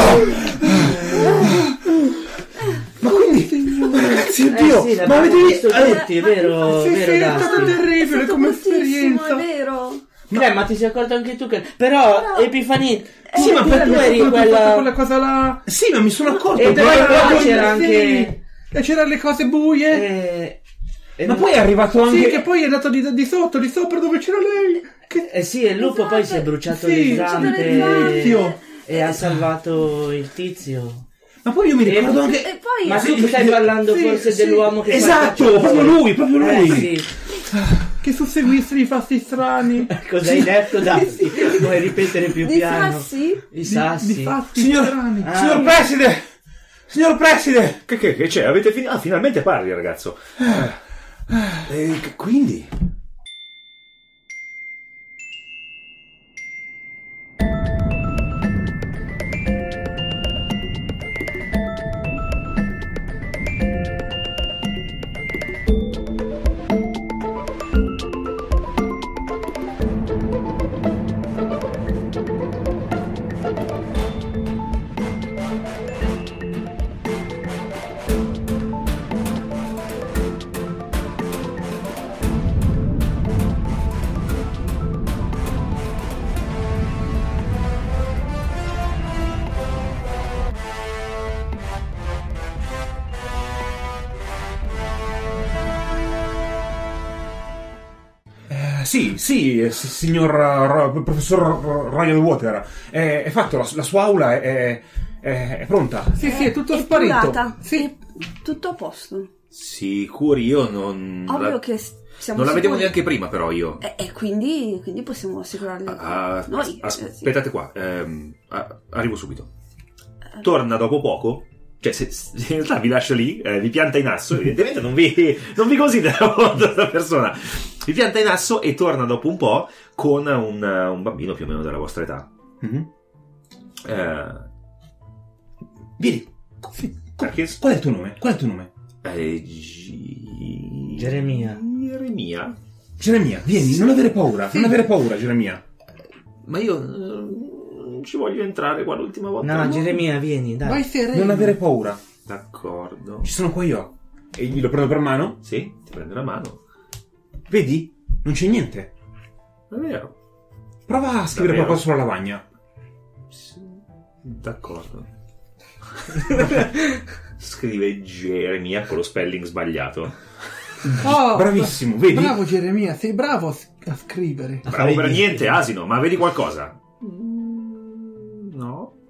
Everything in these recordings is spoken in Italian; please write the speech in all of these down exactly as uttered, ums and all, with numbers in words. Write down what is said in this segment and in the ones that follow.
Ma quindi, ma ragazzi, oddio, eh sì, ma avete visto tutti, è vero, sì, vero, sì, è Dusty. stato terribile come esperienza. È vero. Ma... Eh, ma ti sei accorto anche tu che... Però, Però... Epifani... Eh, Sì, ma tu perché eri quella... quella... quella cosa là? Sì, ma mi sono accorto. E però però sì, c'era anche... E c'erano le cose buie. Eh... E Ma non... poi è arrivato anche... Sì, che poi è andato di, di sotto, di sopra dove c'era lei. Che... Eh sì, e il lupo Esatto. poi si è bruciato Sì, le zampe tizio. e ha salvato il tizio. Ma poi io mi ricordo E- anche... E poi... Ma sì, tu stai sì, parlando sì, forse sì. dell'uomo che Esatto, fa il proprio lui, proprio lui. Eh sì. Che susseguissero i fasti strani. Cosa hai detto, Dusty? Vuoi ripetere più Di piano? sassi? I sassi. Di fatti Signor- strani. Ah. Signor Preside! Signor Preside! Che, che, che c'è? Avete finito? Ah, finalmente parli, ragazzo. E che- quindi? Sì, sì, eh, s- signor uh, Ro- professor Ro- Royal Water, è, è fatto, la, la sua aula è, è, è pronta. Sì, sì, è tutto È sparito. curata. Sì. È tutto a posto. Sicuri io non... Ovvio la- che s- siamo Non la vedevo sicuri. neanche prima, però io. E, e quindi, quindi possiamo assicurarle Ah, noi. as- eh, sì. aspettate qua, ehm, ah, arrivo subito. Torna dopo poco. Cioè, se, se in realtà vi lascio lì, eh, vi pianta in asso, evidentemente non vi, non vi considero questa persona. Vi pianta in asso e torna dopo un po' con un, un bambino più o meno della vostra età. Mhm. Eh, Vieni. Sì. perché? Qual è il tuo nome? Qual è il tuo nome? Eh, G- Geremia. Geremia? Geremia, vieni, non avere paura, non avere paura, Geremia. Ma io eh, non ci voglio entrare qua l'ultima volta. No, Geremia, vieni, dai. Vai sereno. Non avere paura. D'accordo. Ci sono qua io. E glielo prendo per mano. Sì, ti prende la mano. Vedi? Non c'è niente. È vero. Prova a scrivere Davvero? qualcosa sulla lavagna. D'accordo. Scrive Geremia con lo spelling sbagliato. Oh, Bravissimo, vedi? Bravo Geremia, sei bravo a, s- a scrivere. Bravo per niente, asino, ma vedi qualcosa? No.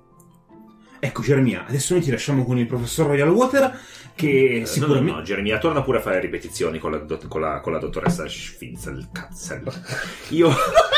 Ecco Geremia, adesso noi ti lasciamo con il professor Royal Water che No, no, sicuramente... no, Geremia, torna pure a fare ripetizioni con la, dott- con la, con la dottoressa Schwinzel. Cazzel. Io...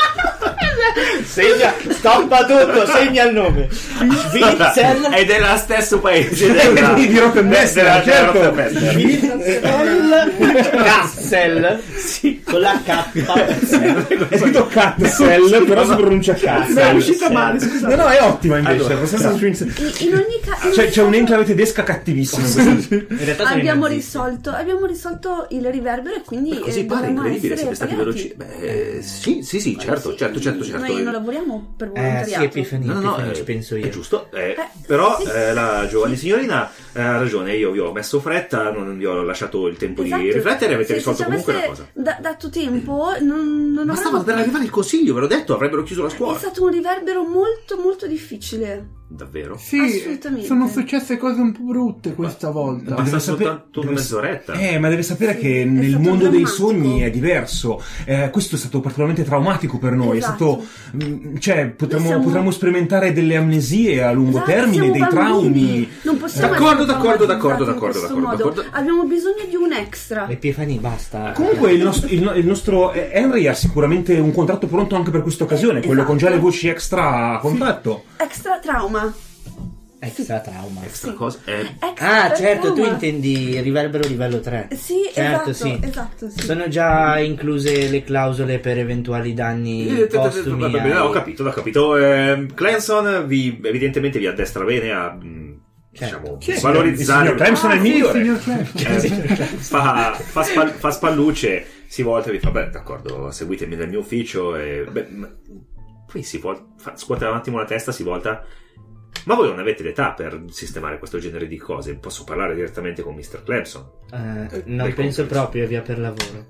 Segna, stoppa tutto, segna il nome. Schwitzel. È della stesso paese della, di Rottenmeister, della- della certo. Rottenmeister. Schwitzel. Cassel. Sì, con la K. È scritto Catsel, però si pronuncia Catsel. Ma è uscita male, scusate. No, no, è ottima invece. Allora, la professoressa Schwinzel- In, in ogni caso... C'è, c'è un'enclave tedesca cattivissima. In realtà sono Abbiamo i nazisti. risolto, abbiamo risolto il riverbero e quindi Così eh, pare dovremmo incredibile, essere siete stati pagati. veloci. Beh, sì, sì, sì, certo, Sì, certo, certo, certo. Noi non lavoriamo per Eh, volontariato. sì, Epifani, No, no, no, Epifani, eh, ci penso io. è giusto, eh, Eh, però sì. eh, la giovane signorina eh, ha ragione, io vi ho messo fretta, non vi ho lasciato il tempo Esatto. di riflettere e avete Se- risolto se ci comunque la avesse cosa. da- dato tempo, non, non Ma stava avremmo... per arrivare il consiglio, ve l'ho detto, avrebbero chiuso la È scuola. stato un riverbero molto molto difficile. Davvero? Sì, Assolutamente. sono successe cose un po' brutte questa volta. Basta deve sapere- soltanto deve- mezz'oretta. Eh, ma deve sapere che è nel stato mondo dei drammatico. sogni è diverso. Eh, questo è stato particolarmente traumatico per noi. Esatto. È stato. mm, Cioè, potremmo, siamo- potremmo sperimentare delle amnesie a lungo Esatto, termine, siamo dei bambini. traumi. Non possiamo D'accordo, essere d'accordo, d'accordo, traumatizzati in d'accordo, questo d'accordo, modo. d'accordo. Abbiamo bisogno di un extra. Epifani, basta. Comunque il nostro, il no- il nostro, eh, Henry ha sicuramente un contratto pronto anche per questa occasione, quello con già le Esatto. voci extra a contatto. Extra trauma. Extra trauma. Extra cosa? Eh, Extra Ah, certo, tu trauma. intendi riverbero livello tre. Sì, certo, esatto, sì. esatto, sì. Sono già incluse le clausole per eventuali danni eh, postumi. va bene, ai- ho capito, ho capito. Eh, Clemson vi, evidentemente vi addestra bene a mh, diciamo, Chi è il valorizzare. signor Clemson è il Sì, migliore. signor Clemson. Eh, fa, fa, spal- fa spallucce, si volta e vi fa, beh, d'accordo, seguitemi nel mio ufficio e beh, ma- poi si volta, fa, scuote un attimo la testa, si volta. Ma voi non avete l'età per sistemare questo genere di cose? Posso parlare direttamente con mister Clemson? Eh, non Dai, penso complici. proprio, via per lavoro.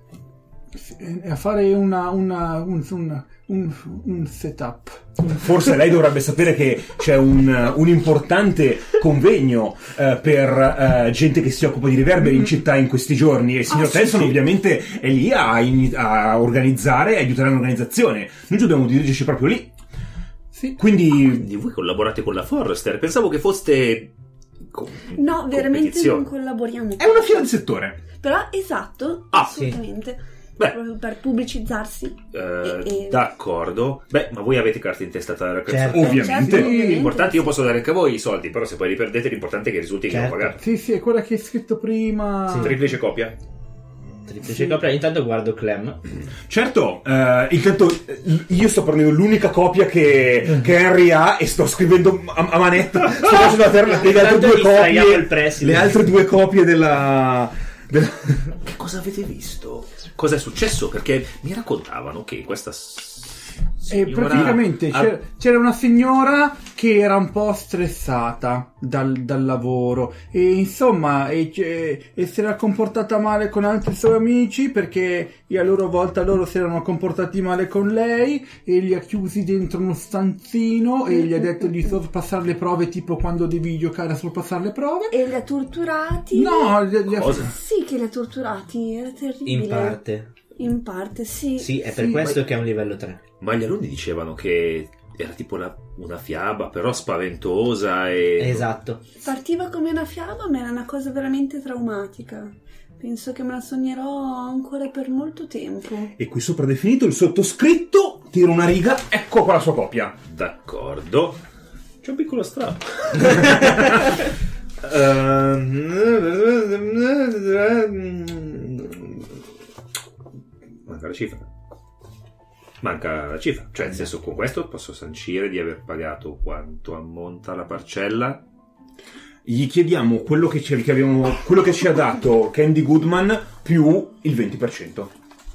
A fare una, una, un, un, un, un setup. Forse lei dovrebbe sapere che c'è un, un importante convegno eh, per eh, gente che si occupa di riverberi in città in questi giorni, e il signor Ah, sì, Tenson sì. ovviamente è lì a, in- a organizzare e aiutare l'organizzazione. Noi dobbiamo dirigerci proprio lì. Sì. Quindi Quindi voi collaborate con la Forrester? Pensavo che foste... co- No, veramente competizione. non collaboriamo. è una fiera di settore. Però esatto, Ah, assolutamente. Beh. Proprio per pubblicizzarsi. Eh, E- e- D'accordo. Beh, ma voi avete carte in testa da ragazzo? Certo. Ovviamente. Certo, ovviamente. L'importante, io posso dare anche a voi i soldi, però se poi li perdete l'importante è che risulti che Certo. ho pagato. Sì, sì, è quella che hai scritto prima. Sì. Triplice copia? Triplice copia. Intanto guardo Clem. Certo, eh, intanto eh, io sto prendendo l'unica copia che, che Henry ha e sto scrivendo a, a manetta. Sto facendo la terra, le altre Intanto due distraiamo copie. il preside. Le altre due copie della. della... Che cosa avete visto? Cosa è successo? Perché mi raccontavano che questa s- E signora praticamente ha- c'era, c'era una signora che era un po' stressata dal, dal lavoro e insomma e, e, e si era comportata male con altri suoi amici perché e a loro volta loro si erano comportati male con lei e li ha chiusi dentro uno stanzino e gli ha detto di sorpassare le prove, tipo quando devi giocare a sorpassare le prove. E li ha torturati? No, li- li ha- Cosa? Sì che li ha torturati, era terribile. In parte. In parte, sì. Sì, è per Sì, questo che è un livello tre. Ma gli alunni dicevano che era tipo una, una fiaba, però spaventosa e... Esatto. Partiva come una fiaba, ma era una cosa veramente traumatica. Penso che me la sognerò ancora per molto tempo. E qui sopra definito il sottoscritto, tira una riga, ecco qua la sua copia. D'accordo. C'è un piccolo strappo. Manca la cifra. Manca la cifra. Cioè, nel senso, con questo posso sancire di aver pagato quanto ammonta la parcella? Gli chiediamo quello che ci, che abbiamo, quello che ci ha dato Candy Goodman più il venti per cento.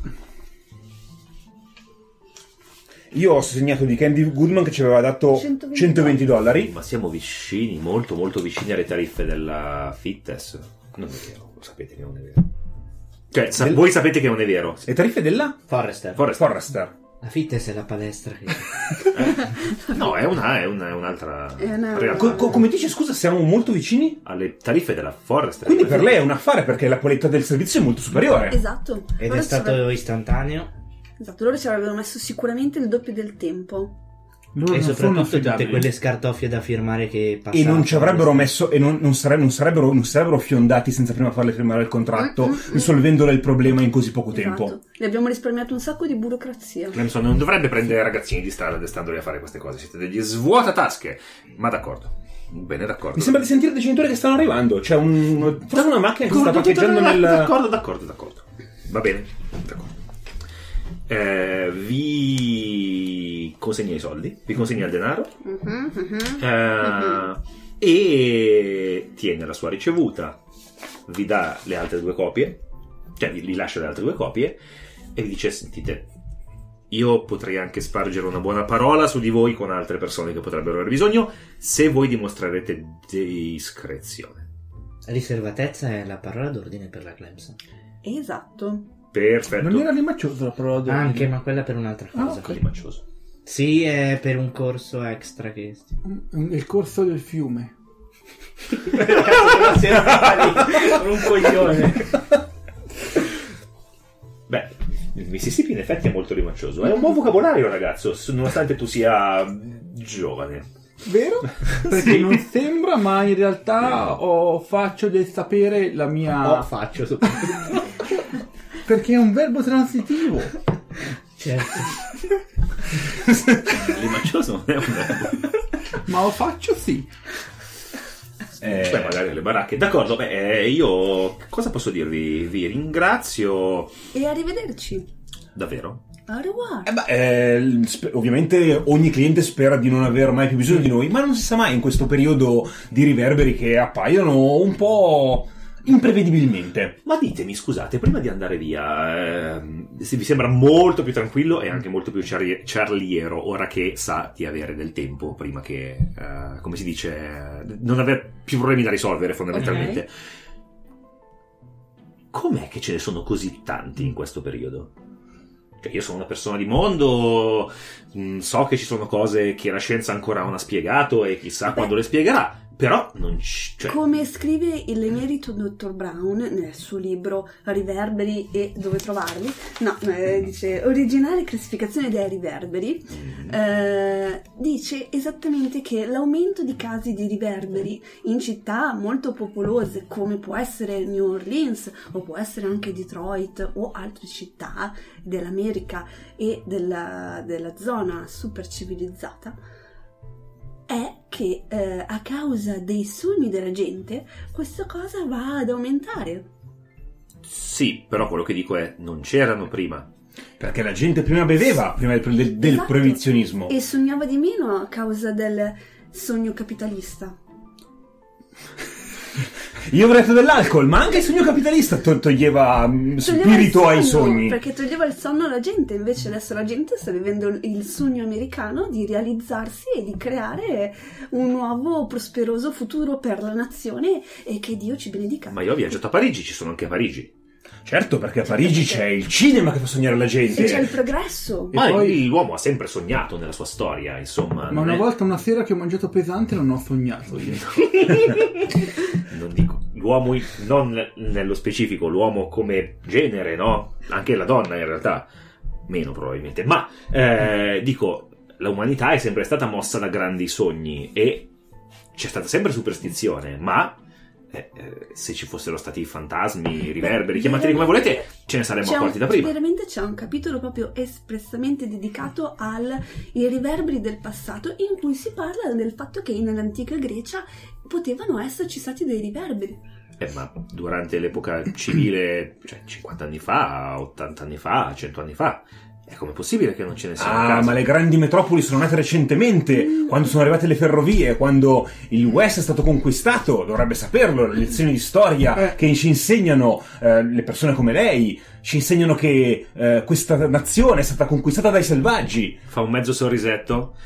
Io ho segnato di Candy Goodman che ci aveva dato centoventi centoventi dollari. Ma siamo vicini, molto molto vicini alle tariffe della Fitness. Non è vero, lo sapete che non è vero. Cioè, sa- Del- voi sapete che non è vero. Le tariffe della Forrester. Forrest. Forrester. La fitness è la palestra. Che... No, è, una, è, una, è un'altra È una- realtà. Co- co- come dici, scusa, siamo molto vicini? Alle tariffe della Forrest. Quindi per lei è un affare perché la qualità del servizio è molto superiore. Esatto. Ed Loro è ci stato avrebbero- istantaneo. Esatto, loro ci avrebbero messo sicuramente il doppio del tempo. loro E non sono soprattutto tutte affidabili. quelle scartoffie da firmare che E passano. non ci avrebbero messo e non, non, sare- non sarebbero, non sarebbero fiondati senza prima farle firmare il contratto, Mm, mm, mm. risolvendole il problema in così poco tempo. Esatto. Le abbiamo risparmiato un sacco di burocrazia. Clemson non dovrebbe prendere ragazzini di strada addestrandoli a fare queste cose. Siete degli svuotatasche. Ma d'accordo. Bene, d'accordo. Mi sembra di sentire dei genitori che stanno arrivando. C'è un, forse una macchina che sta parcheggiando nel. D'accordo, d'accordo, d'accordo. Va bene, d'accordo. Eh, vi consegna i soldi, vi consegna il denaro Mhm, mhm. eh, e tiene la sua ricevuta, vi dà le altre due copie, cioè vi, vi lascia le altre due copie e vi dice: sentite, io potrei anche spargere una buona parola su di voi con altre persone che potrebbero aver bisogno se voi dimostrerete discrezione. Riservatezza è la parola d'ordine per la Clemson. Esatto. Perfetto. Non era limaccioso la parola d'ordine? Anche, ma quella per un'altra Ah, cosa. ok. Limaccioso. Sì, è per un corso extra che... Il corso del fiume. un coglione. Beh, il Mississippi in effetti è molto limaccioso. È un buon vocabolario, ragazzo, nonostante tu sia giovane. Vero? Perché Sì. non sembra, ma in realtà ho, faccio del sapere la mia... Oh, faccio su. Perché è un verbo transitivo. Certo. Limaccioso non è un verbo. Ma lo faccio sì. Eh, Beh, magari le baracche. D'accordo, beh, eh, io cosa posso dirvi? Vi ringrazio E arrivederci. davvero. Au revoir. eh beh, eh, spe- ovviamente ogni cliente spera di non aver mai più bisogno di noi, ma non si sa mai in questo periodo di riverberi che appaiono un po'. imprevedibilmente. Ma ditemi, scusate, prima di andare via, eh, se vi sembra molto più tranquillo e anche molto più charlie- charliero ora che sa di avere del tempo prima che, eh, come si dice, eh, non avere più problemi da risolvere fondamentalmente. Ok. Com'è che ce ne sono così tanti in questo periodo? Cioè, io sono una persona di mondo, mh, so che ci sono cose che la scienza ancora non ha spiegato e chissà Beh. quando le spiegherà. Però non c- cioè, Come scrive l'emerito dottor Brown nel suo libro Riverberi e dove trovarli, no, eh, dice originale classificazione dei riverberi, eh, dice esattamente che l'aumento di casi di riverberi in città molto popolose come può essere New Orleans o può essere anche Detroit o altre città dell'America e della, della zona super civilizzata, è che eh, a causa dei sogni della gente questa cosa va ad aumentare. sì, però quello che dico è non c'erano prima. Perché la gente prima beveva, prima del, del, del Esatto. proibizionismo. E sognava di meno a causa del sogno capitalista. Io avrei detto dell'alcol, ma anche il sogno capitalista to- toglieva mm, Toglieva spirito il ai sonno, sogni. perché toglieva il sonno alla gente, invece adesso la gente sta vivendo il- il sogno americano di realizzarsi e di creare un nuovo prosperoso futuro per la nazione e che Dio ci benedica. Ma io ho viaggiato a Parigi, ci sono anche a Parigi. Certo, perché a Parigi c'è il cinema che fa sognare la gente. E c'è il progresso. Ma poi- l'uomo ha sempre sognato nella sua storia, insomma. Ma non una è- volta, una sera che ho mangiato pesante, non ho sognato io. non dico l'uomo in- non nello specifico, l'uomo come genere, no? Anche la donna in realtà meno probabilmente, ma eh, dico l'umanità è sempre stata mossa da grandi sogni e c'è stata sempre superstizione, ma eh, eh, se ci fossero stati fantasmi, riverberi, chiamateli come volete, ce ne saremmo C'è accorti un- da prima. Veramente c'è un capitolo proprio espressamente dedicato ai riverberi del passato, in cui si parla del fatto che nell'antica Grecia potevano esserci stati dei riverberi. Eh, ma durante l'epoca civile, cioè cinquanta anni fa, ottanta anni fa, cento anni fa, è come possibile che non ce ne siano a Ah, casa? ma le grandi metropoli sono nate recentemente, quando sono arrivate le ferrovie, quando il West è stato conquistato, dovrebbe saperlo, le lezioni di storia Eh. che ci insegnano eh, le persone come lei, ci insegnano che eh, questa nazione è stata conquistata dai selvaggi. Fa un mezzo sorrisetto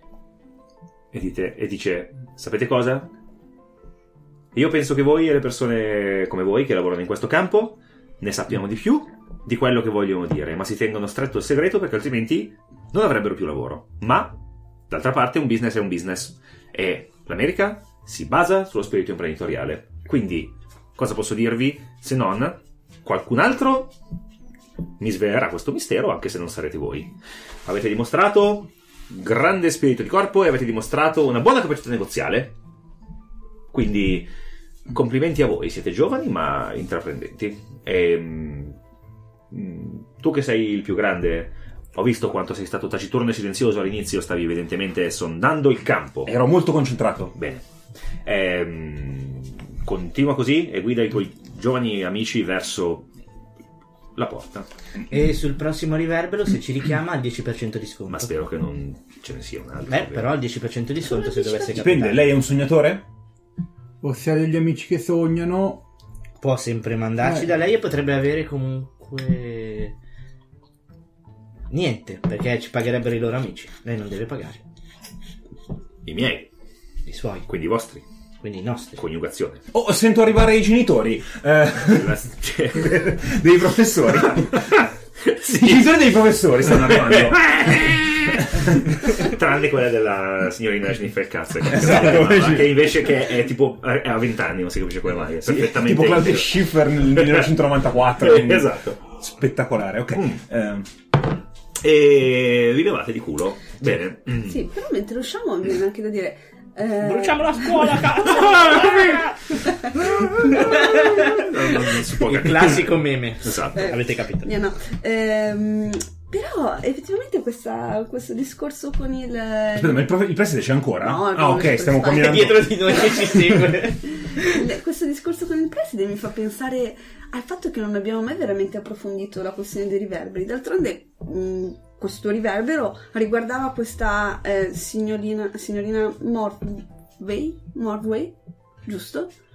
e, dite, e dice: sapete cosa? Io penso che voi e le persone come voi che lavorano in questo campo ne sappiamo di più di quello che vogliono dire, ma si tengono stretto il segreto perché altrimenti non avrebbero più lavoro. Ma d'altra parte un business è un business e l'America si basa sullo spirito imprenditoriale. Quindi cosa posso dirvi se non qualcun altro mi svelerà questo mistero, anche se non sarete voi. Avete dimostrato grande spirito di corpo e avete dimostrato una buona capacità negoziale, quindi complimenti a voi, siete giovani ma intraprendenti. E, mm, tu che sei il più grande, ho visto quanto sei stato taciturno e silenzioso all'inizio, stavi evidentemente sondando il campo. Ero molto concentrato. Bene. Ehm, continua così e guida i tuoi giovani amici verso la porta. E sul prossimo riverbero, se ci richiama, al dieci per cento di sconto. Ma spero che non ce ne sia un altro. Beh, però al dieci per cento di sconto se dovesse Dipende, capitare. lei è un sognatore? O se ha degli amici che sognano. Può sempre mandarci Eh. da lei e potrebbe avere comunque niente, perché ci pagherebbero i loro amici. Lei non deve pagare I miei, i suoi, quindi i vostri. quindi i nostri. Coniugazione. Oh, sento arrivare i genitori eh, dei professori. I genitori dei professori stanno arrivando. Tranne quella della signorina Jennifer Katz, che, Esatto. che invece che è tipo è a venti anni, non si capisce come mai. È perfettamente Tipo Claudia intero. Schiffer nel millenovecentonovantaquattro. quindi Esatto. Spettacolare, ok. Mm. Eh, E vi levate di culo. Bene. Mm. Sì, però mentre usciamo mi viene anche da dire... eh, Bruciamo la scuola, cazzo! Non, non si può Il capire. classico meme. Esatto. Eh, Avete capito? no, no. Ehm, però effettivamente questa, questo discorso con il... Aspetta, ma il, prof- il preside c'è ancora? No, ah, no, ok, c'è stiamo preside. camminando. Dietro di noi che ci segue. il- questo discorso con il preside mi fa pensare al fatto che non abbiamo mai veramente approfondito la questione dei riverberi. D'altronde mh, questo riverbero riguardava questa eh, signorina, signorina Morway, Morway, giusto?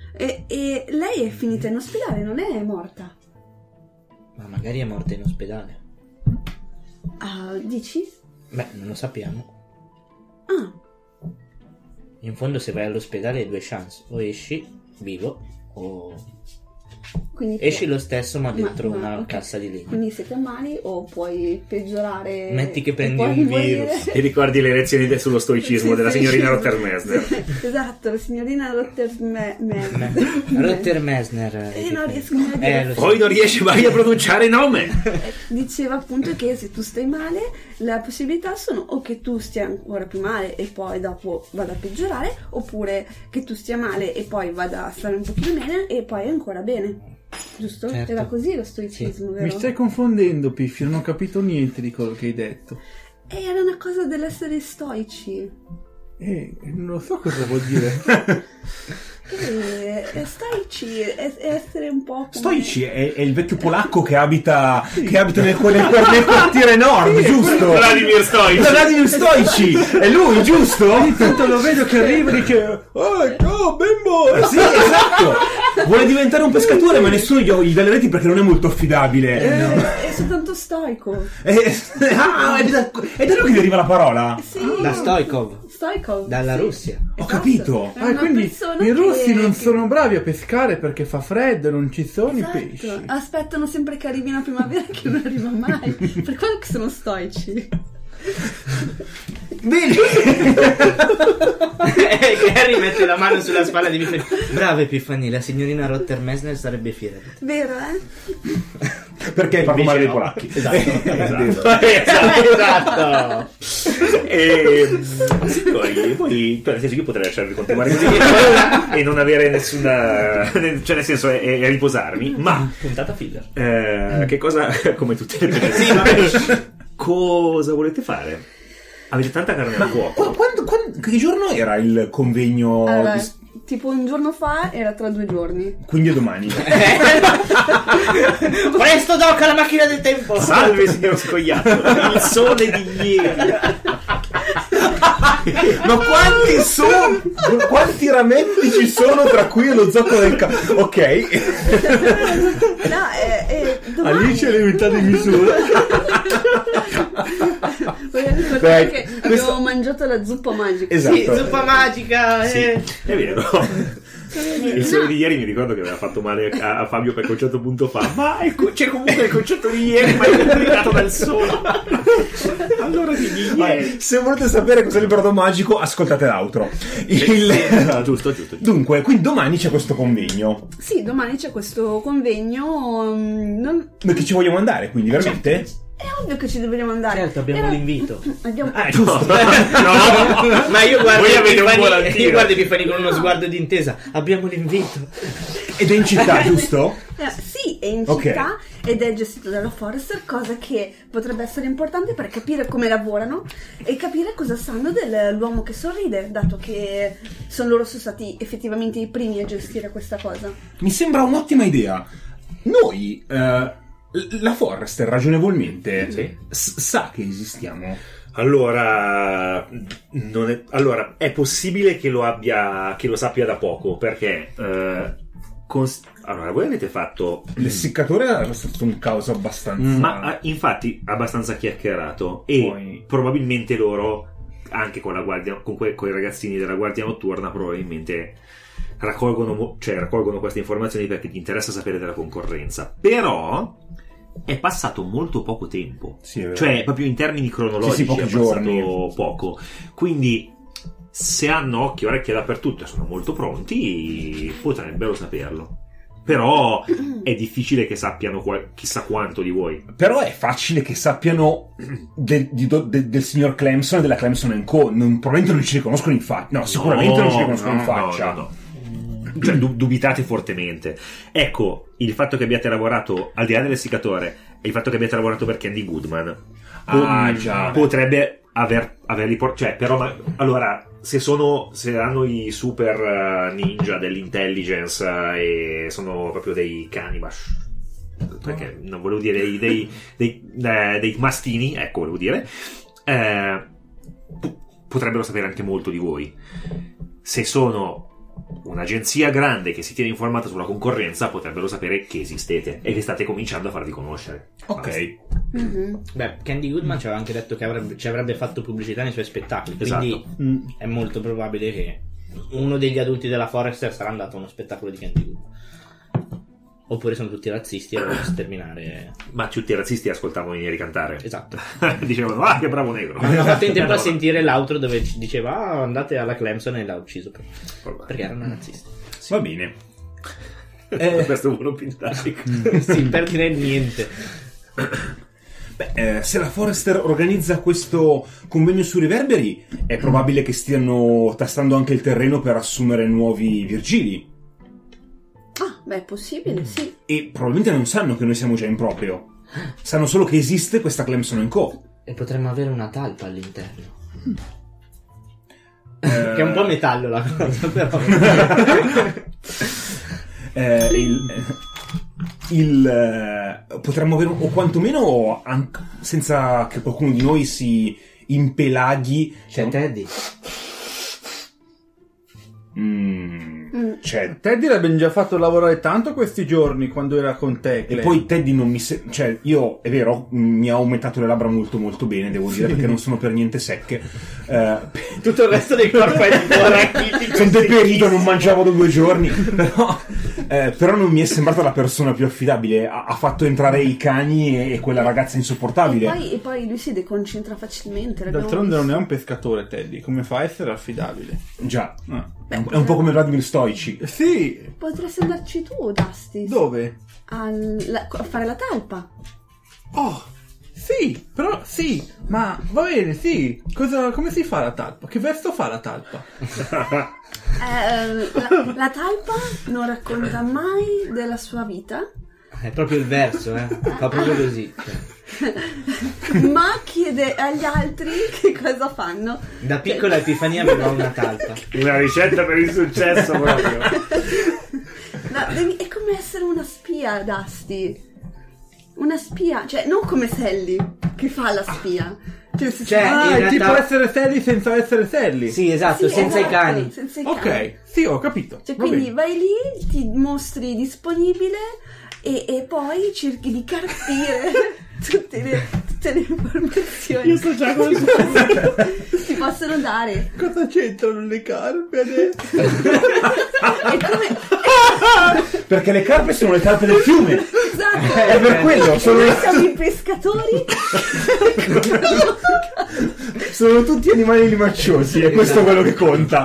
E, e lei è finita in ospedale, non è morta. Ma magari è morta in ospedale. Ah, dici? Beh, non lo sappiamo. Ah, In fondo se vai all'ospedale hai due chance. O esci vivo o quindi esci può- lo stesso ma dentro ma- una ok. cassa di legno. Quindi se ti ammali o puoi peggiorare. Metti che e prendi poi un morire. virus. Ti ricordi le lezioni de- sullo stoicismo Sì, della sì, signorina sì. Rottermesner? Sì, esatto, la signorina Rottermesner. Rotter Mesner. Eh, non riesco mai a dire. Eh, lo so. Poi non riesci mai a pronunciare il nome. Diceva appunto che se tu stai male, le possibilità sono o che tu stia ancora più male e poi dopo vada a peggiorare, oppure che tu stia male e poi vada a stare un pochino bene e poi ancora bene. Giusto? Certo. Era così lo stoicismo, Mi vero? stai confondendo, Piffi, non ho capito niente di quello che hai detto. E era una cosa dell'essere stoici. Eh, non lo so cosa vuol dire. E, e stoici è, è essere un po' come... Stoici è, è il vecchio polacco che abita, che abita nel, nel, nel quartiere nord, giusto? Vladimir Stoici. Vladimir Stoici, è lui, giusto? Ogni tanto lo vedo che arriva e dice: Oh, oh bimbo! Sì, esatto. Vuole diventare un pescatore, ma nessuno gli, gli dà le reti perché non è molto affidabile. È, è soltanto stoico. Eh, ah, è da, è da lui che deriva la parola. Sì. Da Stoikov, Stoico. dalla sì. Russia. Ho capito. È Ah, una quindi persona i russi che- non che- sono bravi a pescare perché fa freddo, non ci sono Esatto. i pesci. Aspettano sempre che arrivi una primavera che non arriva mai. Per quello che sono stoici. Bene. E Harry mette la mano sulla spalla di Epifania. Brava Epifania, la signorina Rotter Mesner sarebbe fiera di te. Vero, eh? Perché parlo male dei no. polacchi. Esatto. Esatto. Esatto. E, signori, poi, cioè, nel senso, io potrei lasciarvi continuare così e non avere nessuna, cioè nel senso e, e riposarmi, ma Puntata filler. eh, che cosa, come tutte le cose, Sì, vabbè. cosa volete fare? Avete tanta carne al Qu- fuoco? quando- quando- che giorno era il convegno? Allora, di- tipo un giorno fa era tra due giorni. Quindi è domani. Presto Doc alla macchina del tempo. Salve signor Scoiato, il sole di ieri. Ma quanti sono? Quanti rametti ci sono tra qui e lo zoccolo del ca... Ok. No, è, è domani. Alice è le unità di misura. Voglio ricordare Beh, che questo- abbiamo mangiato la zuppa magica. Esatto. Sì, zuppa magica. eh. È vero. Il sole di ieri mi ricordo che aveva fatto male a, a Fabio perché a un certo punto fa ma il co- c'è comunque il concetto di ieri ma è complicato dal sole. Allora di ieri. Vai, se volete sapere cos'è il brodo magico, ascoltate l'outro. Il- Sì, giusto, giusto. Dunque, quindi domani c'è questo convegno. Sì, domani c'è questo convegno. mm, Non... Noi che ci vogliamo andare, quindi, veramente? È ovvio che ci dobbiamo andare. Certo, abbiamo Era- l'invito. Abbiamo... Ah, giusto. No, Ma io guardo Voi avete un Epifani- volantino. io guardo Epifani con uno sguardo d'intesa. Abbiamo l'invito. Ed è in città, giusto? Eh, sì, è in Ok. città ed è gestito dalla Forrester, cosa che potrebbe essere importante per capire come lavorano e capire cosa sanno dell'uomo che sorride, dato che sono loro sono stati effettivamente i primi a gestire questa cosa. Mi sembra un'ottima idea. Noi, eh, la Forrester, ragionevolmente, Sì. s- sa che esistiamo. Allora, non è, allora, è possibile che lo abbia, che lo sappia da poco, perché eh, cons- allora, voi avete fatto, L'essiccatore era stato un caos abbastanza... ma eh, infatti abbastanza chiacchierato e Poi- probabilmente loro, anche con la guardia, con, que- con i ragazzini della guardia notturna, probabilmente raccolgono, mo- cioè, raccolgono queste informazioni perché gli interessa sapere della concorrenza. Però è passato molto poco tempo. Sì, è vero. Cioè, proprio in termini cronologici Sì, sì, pochi è passato giorni. poco. Quindi, se hanno occhi e orecchie dappertutto e sono molto pronti, potrebbero saperlo. Però è difficile che sappiano qua- chissà quanto di voi. Però è facile che sappiano del, di- de- del signor Clemson e della Clemson and Co. Non, probabilmente non ci riconoscono in faccia. No, sicuramente non ci riconoscono no, in faccia. no, no, no. Cioè, du- dubitate fortemente. Ecco, il fatto che abbiate lavorato, al di là dell'essiccatore, e il fatto che abbiate lavorato per Candy Goodman po- Ah, già. potrebbe aver, averli por- cioè, però, ma- allora, se sono, se hanno i super eh, ninja dell'intelligence eh, e sono proprio dei canibash, perché non volevo dire dei, dei, dei, eh, dei mastini, ecco, volevo dire, eh, p- potrebbero sapere anche molto di voi. Se sono un'agenzia grande che si tiene informata sulla concorrenza potrebbero sapere che esistete e che state cominciando a farvi conoscere. Ok. Mm-hmm. Beh, Candy Goodman ci aveva anche detto che avrebbe, ci avrebbe fatto pubblicità nei suoi spettacoli, quindi Esatto. Mm. è molto probabile che uno degli adulti della Forrester sarà andato a uno spettacolo di Candy Goodman. Oppure sono tutti razzisti e vogliono sterminare. Ma tutti i razzisti ascoltavano i neri cantare. Esatto. Dicevano, ah, che bravo negro. Non ho fatto in tempo a No, sentire l'outro dove ci diceva ah, andate alla Clemson e l'ha ucciso per... vabbè. perché erano razzisti. Va bene. Eh, questo è uno pintatico. Sì, per dire niente. Beh, eh, se la Forrester organizza questo convegno su riverberi, è probabile che stiano tastando anche il terreno per assumere nuovi Virgili. Ah, beh, è possibile, sì. E probabilmente non sanno che noi siamo già in proprio. Sanno solo che esiste questa Clemson and Co. E potremmo avere una talpa all'interno. Eh, Che è un po' metallo la cosa, però. eh, il, il eh, potremmo avere, o quantomeno anche, senza che qualcuno di noi si impelaghi. C'è Teddy. Mm, Mm. cioè, Teddy l'abbiamo già fatto lavorare tanto questi giorni quando era con te. e Clem. poi Teddy non mi se- cioè io è vero mi ha aumentato le labbra molto molto bene, devo dire, perché non sono per niente secche. Eh, Tutto il resto del corpo è tipo rachitico. sono deperito, non mangiavo da due giorni, però, eh, però non mi è sembrata la persona più affidabile. Ha, ha fatto entrare i cani e, e quella ragazza E insopportabile. poi, e poi lui si deconcentra facilmente. l'abbiamo D'altronde non è visto. un pescatore Teddy, come fa a essere affidabile? Già, Ah. è un, è un po' come Vladimir Stoici. Sì, Potresti andarci tu, Dusty. dove? Al- la- a fare la talpa. Oh, sì, però sì, ma va bene, sì. Cosa, come si fa la talpa? Che verso fa la talpa? Eh, la, la talpa non racconta mai della sua vita, È proprio il verso, eh. Fa proprio così. Cioè, ma chiede agli altri che cosa fanno. da piccola Epifania aveva una talpa. Una ricetta per il successo proprio. No, devi- è come essere una spia, Dusty. Una spia, cioè non come Sally che fa la spia. Cioè, se- Cioè, Ah, in è realtà- tipo essere Sally senza essere Sally. Sì, esatto, Sì, senza esatto, i cani. senza i cani. Ok, sì, ho capito. Cioè, Va quindi bene. vai lì, ti mostri disponibile e, e poi cerchi di carpire tutte le, tutte le informazioni. Io so già cosa. Ti possono dare. Cosa c'entrano le carpe adesso? È come... Perché le carpe sono le talpe del fiume. Esatto. È per quello, sono, Noi siamo i pescatori. sono tutti animali limacciosi, e questo è quello che conta.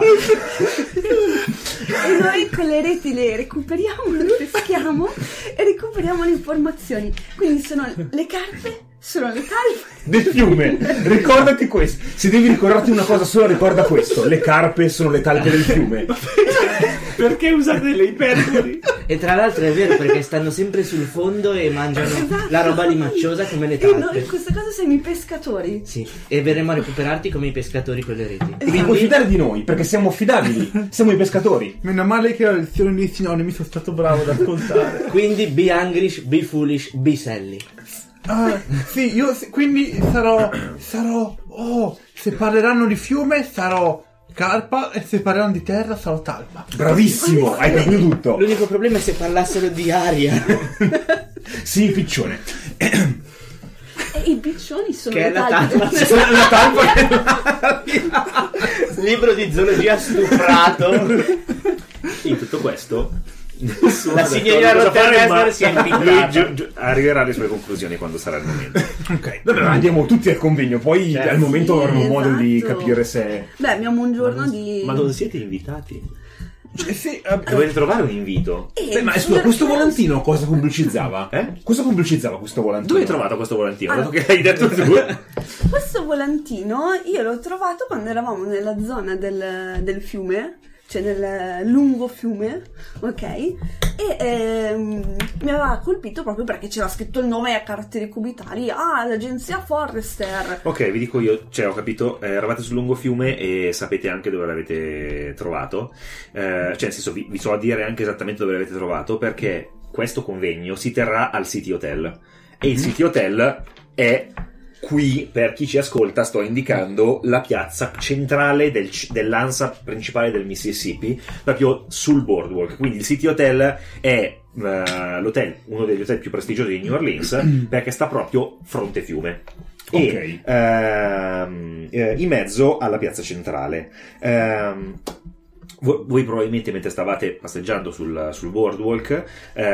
E noi con le reti le recuperiamo, le peschiamo e recuperiamo le informazioni. Quindi sono le carpe, sono le talpe. Del fiume, ricordati questo. Se devi ricordarti una cosa sola, ricorda questo: le carpe sono le talpe del fiume. Perché usate le iperboli? E tra l'altro è vero perché stanno sempre sul fondo e mangiano Esatto. la roba limacciosa come le E noi in talpe. questo caso siamo i pescatori. Sì, e verremo a recuperarti come i pescatori con le reti. Ti puoi fidare di noi, perché siamo affidabili. Siamo i pescatori. Meno male che la lezione di sinonimi sono stato bravo ad ascoltare. Quindi be English, be foolish, be Sally. Ah, sì, io sì, quindi sarò, sarò, oh, se parleranno di fiume sarò carpa e se parleranno di terra sarò talpa. Bravissimo, hai capito tutto. L'unico problema è se parlassero di aria. Sì, piccione. E i piccioni sono Che le è la talpe. talpa. La talpa che... Libro di zoologia stuprato. In tutto questo, La signorina Rottenmeier si è lui impiccata. giu- giu- arriverà alle sue conclusioni quando sarà il momento. Ok, vabbè, ma andiamo tutti al convegno, poi Certo. al momento Sì, avremo modo di esatto. capire se... Beh, abbiamo un giorno di... Ma non siete invitati? Eh, sì, eh, Dovete trovare un invito. Eh, Beh, ma scusa, questo volantino cosa pubblicizzava? Eh? Cosa pubblicizzava questo volantino? Dove hai trovato questo volantino? Allora- Dato che hai detto tu. Questo volantino io l'ho trovato quando eravamo nella zona del, del fiume, cioè nel lungo fiume, ok? E ehm, mi aveva colpito proprio perché c'era scritto il nome a caratteri cubitali. Ah, l'agenzia Forrester. Ok, vi dico io, cioè ho capito, eh, eravate sul lungo fiume e sapete anche dove l'avete trovato, eh, cioè nel senso vi, vi so a dire anche esattamente dove l'avete trovato, perché questo convegno si terrà al City Hotel e il City Hotel è Qui, per chi ci ascolta, sto indicando la piazza centrale del, dell'ANSA principale del Mississippi, proprio sul boardwalk. Quindi il City Hotel è uh, l'hotel, uno degli hotel più prestigiosi di New Orleans, perché sta proprio fronte fiume. E Ok. ehm, eh, in mezzo alla piazza centrale. Ehm, voi, voi probabilmente mentre stavate passeggiando sul, sul boardwalk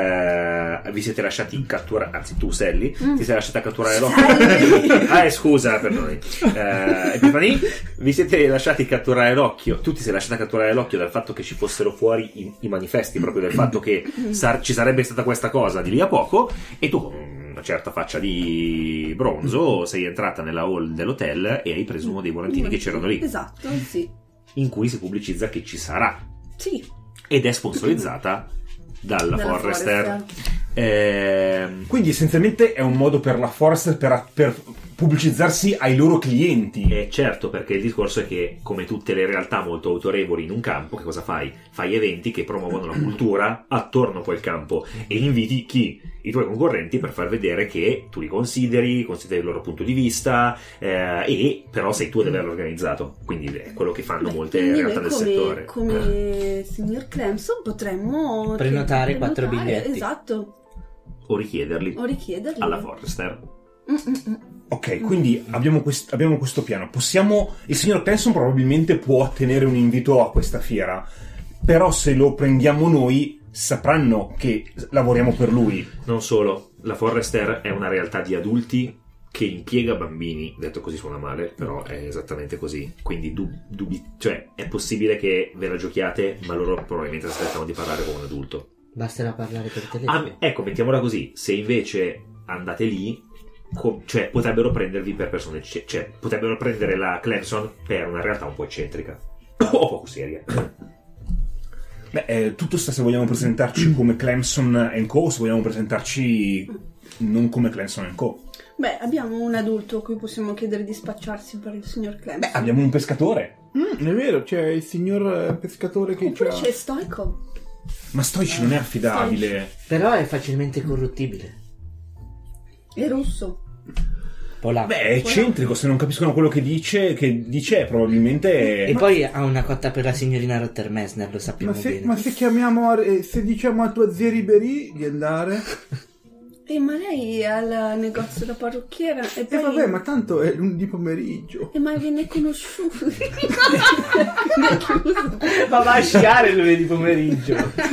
eh, vi siete lasciati catturare, anzi tu Sally Mm. ti sei lasciata catturare l'occhio. Sally. Ah, eh, scusa, perdoni. Eh, Epifani, vi siete lasciati catturare l'occhio, tu ti sei lasciata catturare l'occhio dal fatto che ci fossero fuori i, i manifesti, proprio del fatto che sar- ci sarebbe stata questa cosa di lì a poco, e tu con una certa faccia di bronzo sei entrata nella hall dell'hotel e hai preso uno dei volantini che c'erano lì, Esatto, sì. in cui si pubblicizza che ci sarà, Sì. ed è sponsorizzata dalla, Dalla Forrester. Forrester. Ehm, Quindi essenzialmente è un modo per la Forrester per, per pubblicizzarsi ai loro clienti. E certo, perché il discorso è che, come tutte le realtà molto autorevoli in un campo, che cosa fai? Fai eventi che promuovono la cultura attorno a quel campo e inviti chi? I tuoi concorrenti, per far vedere che tu li consideri, consideri il loro punto di vista, eh, e però sei tu ad averlo organizzato. Quindi è quello che fanno Beh, molte quindi realtà noi del come, settore. come signor Clemson potremmo Prenotare quattro biglietti. Esatto, O richiederli o richiederli. alla Forrester. Mm-mm-mm. Ok, quindi abbiamo, quest- abbiamo questo piano. Possiamo. Il signor Clemson probabilmente può ottenere un invito a questa fiera. Però se lo prendiamo noi, sapranno che lavoriamo per lui. Non solo, la Forrester è una realtà di adulti che impiega bambini, detto così suona male, però è esattamente così. Quindi dub- dubbi- cioè è possibile che ve la giochiate, ma loro probabilmente si aspettano di parlare con un adulto. Basterà parlare per telefono. Ah, ecco, mettiamola così, se invece andate lì, co- cioè potrebbero prendervi per persone, ecce- cioè potrebbero prendere la Clemson per una realtà un po' eccentrica o poco seria. Beh, eh, tutto sta se vogliamo presentarci come Clemson and Co. o se vogliamo presentarci non come Clemson and Co. Beh, abbiamo un adulto a cui possiamo chiedere di spacciarsi per il signor Clemson. Beh, abbiamo un pescatore. Mm, è vero, c'è il signor eh, pescatore che Oppure c'ha... c'è Stoikov. Ma Stoici non è affidabile. Però è facilmente corruttibile. È russo. Polacco. Beh, è eccentrico, se non capiscono quello che dice, che dice probabilmente... E poi ha una cotta per la signorina Rottermesner, lo sappiamo Ma se, bene. ma se chiamiamo, a- eh, se diciamo a tua zia Ribéry di andare... E ma lei ha il negozio da parrucchiera e E poi... eh, vabbè, ma tanto è lunedì pomeriggio. E ma viene conosciuto. Ma va a sciare lunedì pomeriggio.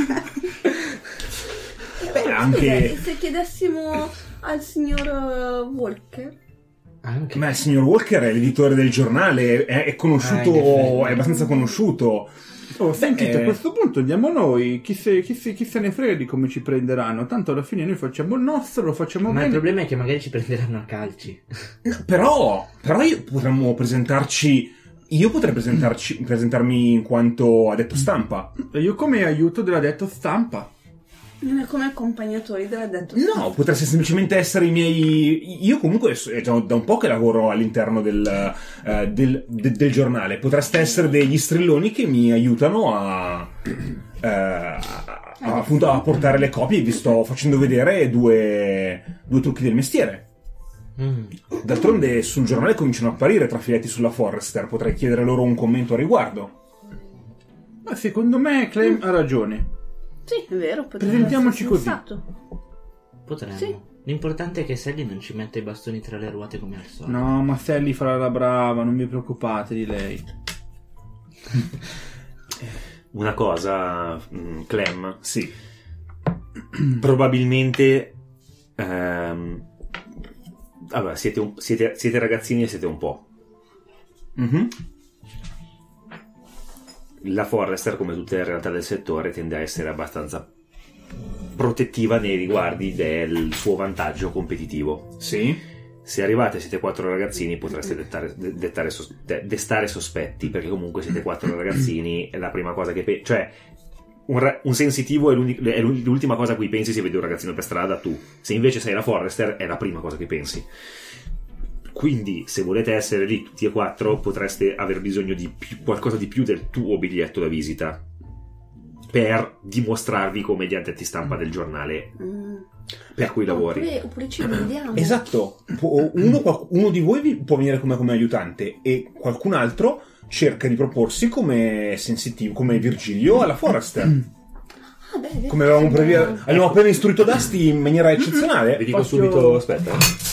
Beh, anche... Scusa, se chiedessimo al signor uh, Walker? Anche. Ma il signor Walker è l'editore del giornale, è, è Ah, conosciuto, in effetti. è abbastanza conosciuto. Oh, sentite, eh. a questo punto andiamo noi. Chi se, chi, se, chi se ne frega di come ci prenderanno? Tanto alla fine noi facciamo il nostro, lo facciamo Ma il bene. problema è che magari ci prenderanno a calci. Però, però io potremmo presentarci... Io potrei presentarci, presentarmi in quanto addetto stampa. E io come aiuto della detto stampa. Non è come accompagnatori della detto. No, potreste semplicemente essere i miei... Io comunque è già da un po' che lavoro all'interno del, eh, del, de- del giornale. Potreste essere degli strilloni che mi aiutano a... eh, a- a- appunto a portare le copie. Vi sto facendo vedere due, due trucchi del mestiere. Mm. D'altronde sul giornale cominciano a apparire trafiletti sulla Forrester. Potrei chiedere loro un commento a riguardo. Ma secondo me Clem ha ragione. Sì, è vero. potrebbe Presentiamoci essere così. sensato. Potremmo. Sì. L'importante è che Sally non ci metta i bastoni tra le ruote come al solito. No, ma Sally farà la brava, non vi preoccupate di lei. Una cosa, mm, Clem, Sì. probabilmente ehm, allora siete, un- siete, siete ragazzini e siete un po'. Mhm. La Forrester, come tutte le realtà del settore, tende a essere abbastanza protettiva nei riguardi del suo vantaggio competitivo. Sì. Se arrivate e siete quattro ragazzini potreste dettare, de- dettare sos- de- destare sospetti, perché comunque siete quattro ragazzini e la prima cosa che pe- cioè un, ra- un sensitivo è, l'uni- è l'ul- l'ultima cosa a cui pensi se vedi un ragazzino per strada. Tu, se invece sei la Forrester, è la prima cosa che pensi. Quindi se volete essere lì tutti e quattro potreste aver bisogno di più- qualcosa di più del tuo biglietto da visita, per dimostrarvi come gli addetti stampa del giornale Mm. per cui lavori. Oppure, oppure ci vediamo. Esatto, Pu- uno, uno di voi vi- può venire come, come aiutante e qualcun altro cerca di proporsi come sensitivo, come Virgilio alla Forrester. Ah, beh, vedi, Come avevamo previ- sembra- abbiamo appena istruito Dusty in maniera eccezionale. Vi dico Faccio- subito, aspetta.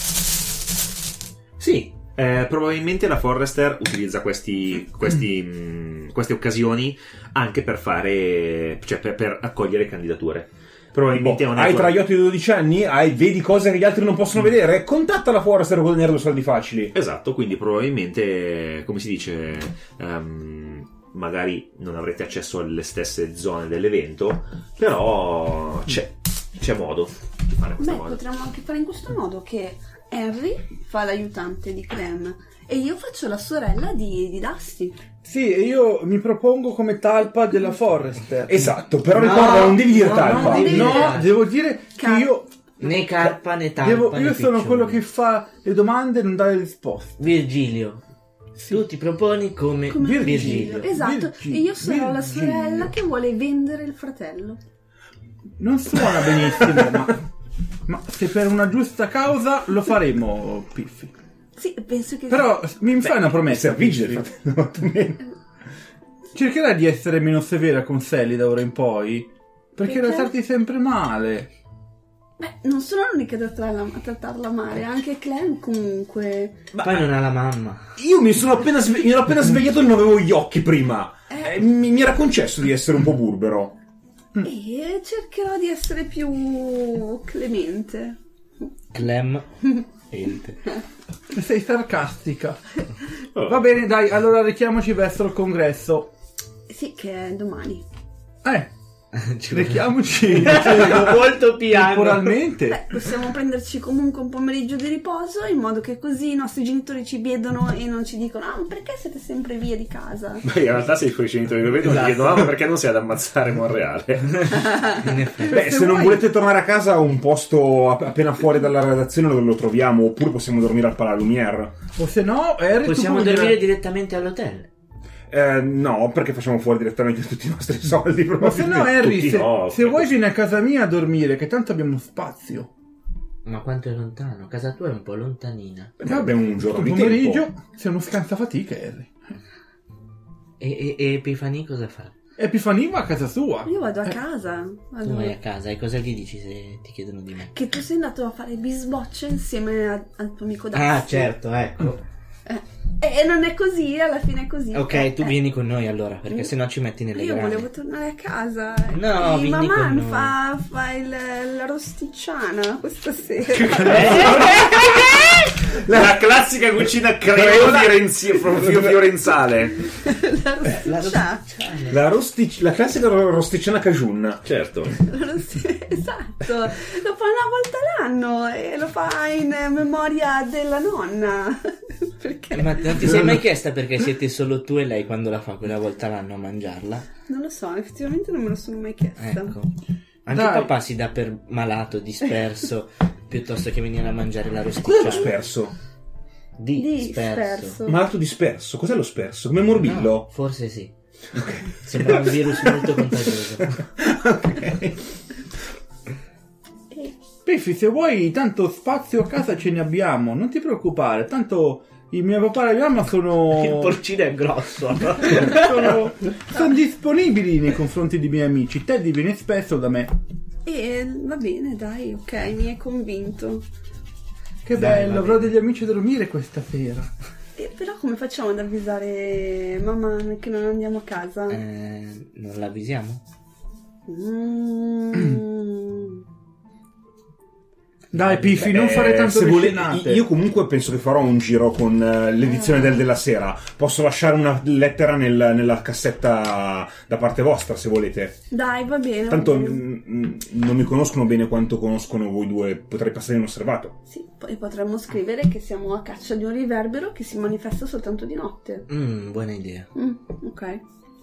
Sì, eh, probabilmente la Forrester utilizza questi, questi, mh, queste occasioni anche per fare, cioè per, per accogliere candidature. Probabilmente non è Hai ancora- tra gli otto e i dodici anni, hai, vedi cose che gli altri non possono vedere, contatta la Forrester per guadagnare due soldi facili. Esatto, quindi probabilmente, come si dice, ehm, magari non avrete accesso alle stesse zone dell'evento, però c'è, c'è modo di fare questa Beh, cosa. potremmo anche fare in questo modo che Harry fa l'aiutante di Clem e io faccio la sorella di, di Dusty. Sì, e io mi propongo come talpa della Forrester. Esatto, però No, ricorda, non devi dire no, talpa. No, devi no, dire- devo dire Car- che io, Né carpa né talpa. devo- né io sono piccione. quello che fa le domande e non dà le risposte. Virgilio. Tu ti proponi come, Come Virgilio. Esatto, Virgilio, e io sarò la Virgilio. sorella che vuole vendere il fratello. Non suona benissimo, ma, ma se per una giusta causa lo faremo, Piffi. Sì, penso che... Però mi fai una promessa, Essere vigile, Piffi? fratello. Cercherai di essere meno severa con Sally da ora in poi, perché Perché? la tratti sempre male. Beh, non sono l'unica a trattarla, a trattarla male, anche Clem comunque. Poi non ha la mamma. Io mi sono appena, sve- mi ero appena svegliato e non avevo gli occhi prima. Eh, mi, mi era concesso di essere un po' burbero. E cercherò di essere più clemente. Clem. Ente. Sei sarcastica. Oh. Va bene, dai, allora rechiamoci verso il congresso. Sì, che è domani. Eh, Ci rechiamoci molto piano. temporalmente. Beh, possiamo prenderci comunque un pomeriggio di riposo in modo che così i nostri genitori ci vedono e non ci dicono ah, ma perché siete sempre via di casa? Beh, in realtà se i tuoi genitori lo vedono Esatto. ti chiedono: "Ah, ma perché non sei ad ammazzare Monreale?" In effetti. Beh, se, se non vuoi- volete tornare a casa, un posto app- appena fuori dalla redazione dove lo troviamo, oppure possiamo dormire al Palais Lumière. O se no, Harry, tu Possiamo puoi dormire venire- direttamente all'hotel. Eh, no, perché facciamo fuori direttamente tutti i nostri soldi. Ma se no, Harry, tutti se, no, se perché- vuoi vieni a casa mia a dormire, che tanto abbiamo spazio. Ma quanto è lontano? Casa tua è un po' lontanina. Beh, abbiamo un giorno Un di pomeriggio, tempo. sei uno scansafatica, Harry. E, e, e Epifani cosa fa? Epifania va a casa sua. Io vado a Eh, casa. Tu Vado- vai a casa e cosa gli dici se ti chiedono di me? Che tu sei andato a fare bisbocce insieme a- al tuo amico Dusty. Ah, certo, ecco. Eh, E non è così, alla fine è così. Ok, tu Eh, vieni con noi allora, perché sennò ci metti nelle Io grane. volevo tornare a casa. No, e vieni mamma con mi noi. fa, fa il, la rosticciana questa sera. La classica cucina creola firenzi- fio- fiorenzale. la rosticciana. La, rostic- la classica ro- rosticciana cajun. Certo. La rosti- esatto, lo fa una volta l'anno e lo fa in memoria della nonna. Perché? Ma non ti sei mai chiesta perché siete solo tu e lei quando la fa quella volta l'anno a mangiarla? Non lo so, effettivamente non me lo sono mai chiesta. Ecco. Anche Dai. papà si dà per malato, disperso, piuttosto che venire a mangiare la Cos'è lo rosticciana. sperso? Di, Disperso. disperso. Malato disperso. Cos'è lo sperso? Come morbillo? No, forse sì. Sembra un virus molto contagioso. Ok. Piffi, se vuoi, tanto spazio a casa ce ne abbiamo. Non ti preoccupare, tanto il mio papà e la mia mamma sono... Il porcino è grosso. sono, sono disponibili nei confronti dei miei amici. Teddy viene spesso da me. E va bene, dai, ok, mi hai convinto. Che Dai, bello, va avrò bene. degli amici a dormire questa sera. E però come facciamo ad avvisare mamma che non andiamo a casa? Eh, non l'avvisiamo? Mm. Dai, Piffi, Beh, non fare tanto se le vole- scenate. Io comunque penso che farò un giro con eh, l'edizione del- della sera. Posso lasciare una lettera nel- nella cassetta da parte vostra, se volete. Dai, va bene. va Tanto bene. mm, mm, non mi conoscono bene quanto conoscono voi due. Potrei passare inosservato. Sì, poi potremmo scrivere che siamo a caccia di un riverbero che si manifesta soltanto di notte. Mm, buona idea. Mm, ok.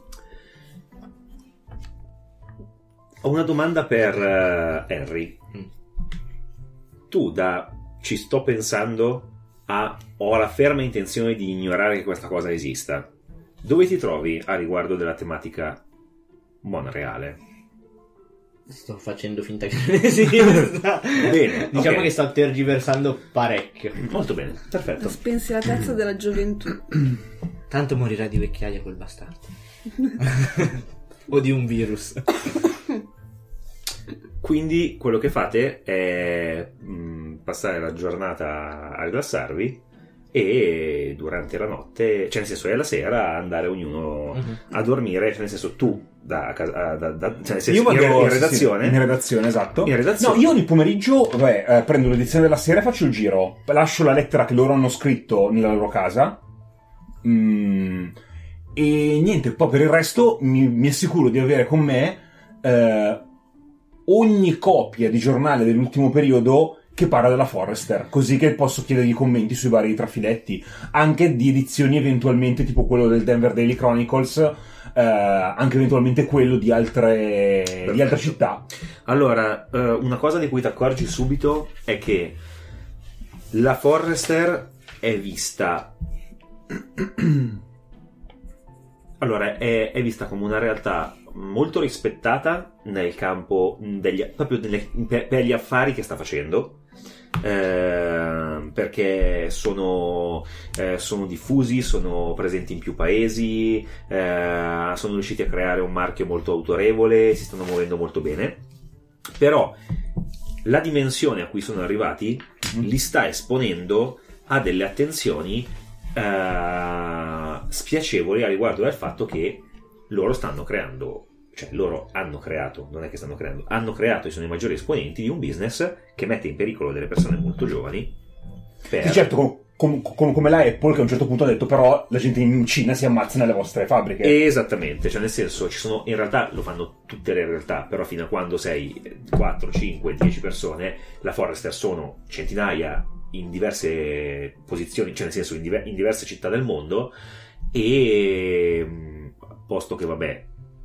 Ho una domanda per eh, Harry. Mm. Tu da ci sto pensando a ho la ferma intenzione di ignorare che questa cosa esista. Dove ti trovi a riguardo della tematica Monreale. Sto facendo finta che non esista. Bene, Diciamo ok. che sto tergiversando parecchio. Molto bene, La perfetto. spensieratezza della gioventù. Tanto morirà di vecchiaia quel bastardo. O di un virus. Quindi quello che fate è mh, passare la giornata a rilassarvi e durante la notte, cioè nel senso è la sera, andare ognuno Mhm. a dormire, cioè nel senso tu da casa, da, da- cioè nel senso Io vado in, in sì, redazione. sì, in redazione, esatto. In redazione. No, io ogni pomeriggio vabbè, eh, prendo l'edizione della sera e faccio il giro. Lascio la lettera che loro hanno scritto nella loro casa. Mm, e niente, poi per il resto mi, mi assicuro di avere con me eh, ogni copia di giornale dell'ultimo periodo che parla della Forrester, così che posso chiedergli commenti sui vari trafiletti, anche di edizioni eventualmente tipo quello del Denver Daily Chronicles, eh, anche eventualmente quello di altre, di altre città. Allora, eh, una cosa di cui ti accorgi subito è che la Forrester è vista. Allora, è, è vista come una realtà molto rispettata nel campo degli, proprio nelle- per, per gli affari che sta facendo. eh, perché sono, eh, sono diffusi, sono presenti in più paesi, eh, sono riusciti a creare un marchio molto autorevole, si stanno muovendo molto bene. Però la dimensione a cui sono arrivati li sta esponendo a delle attenzioni eh, spiacevoli a riguardo del fatto che loro stanno creando, cioè loro hanno creato, non è che stanno creando, hanno creato e sono i maggiori esponenti di un business che mette in pericolo delle persone molto giovani. Per... Sì, certo, com- com- com- come la Apple che a un certo punto ha detto però la gente in Cina si ammazza nelle vostre fabbriche. Esattamente, cioè nel senso ci sono, in realtà lo fanno tutte le realtà, però fino a quando sei quattro, cinque, dieci persone, la Forrester sono centinaia in diverse posizioni, cioè nel senso in, diver- in diverse città del mondo, e mh, posto che vabbè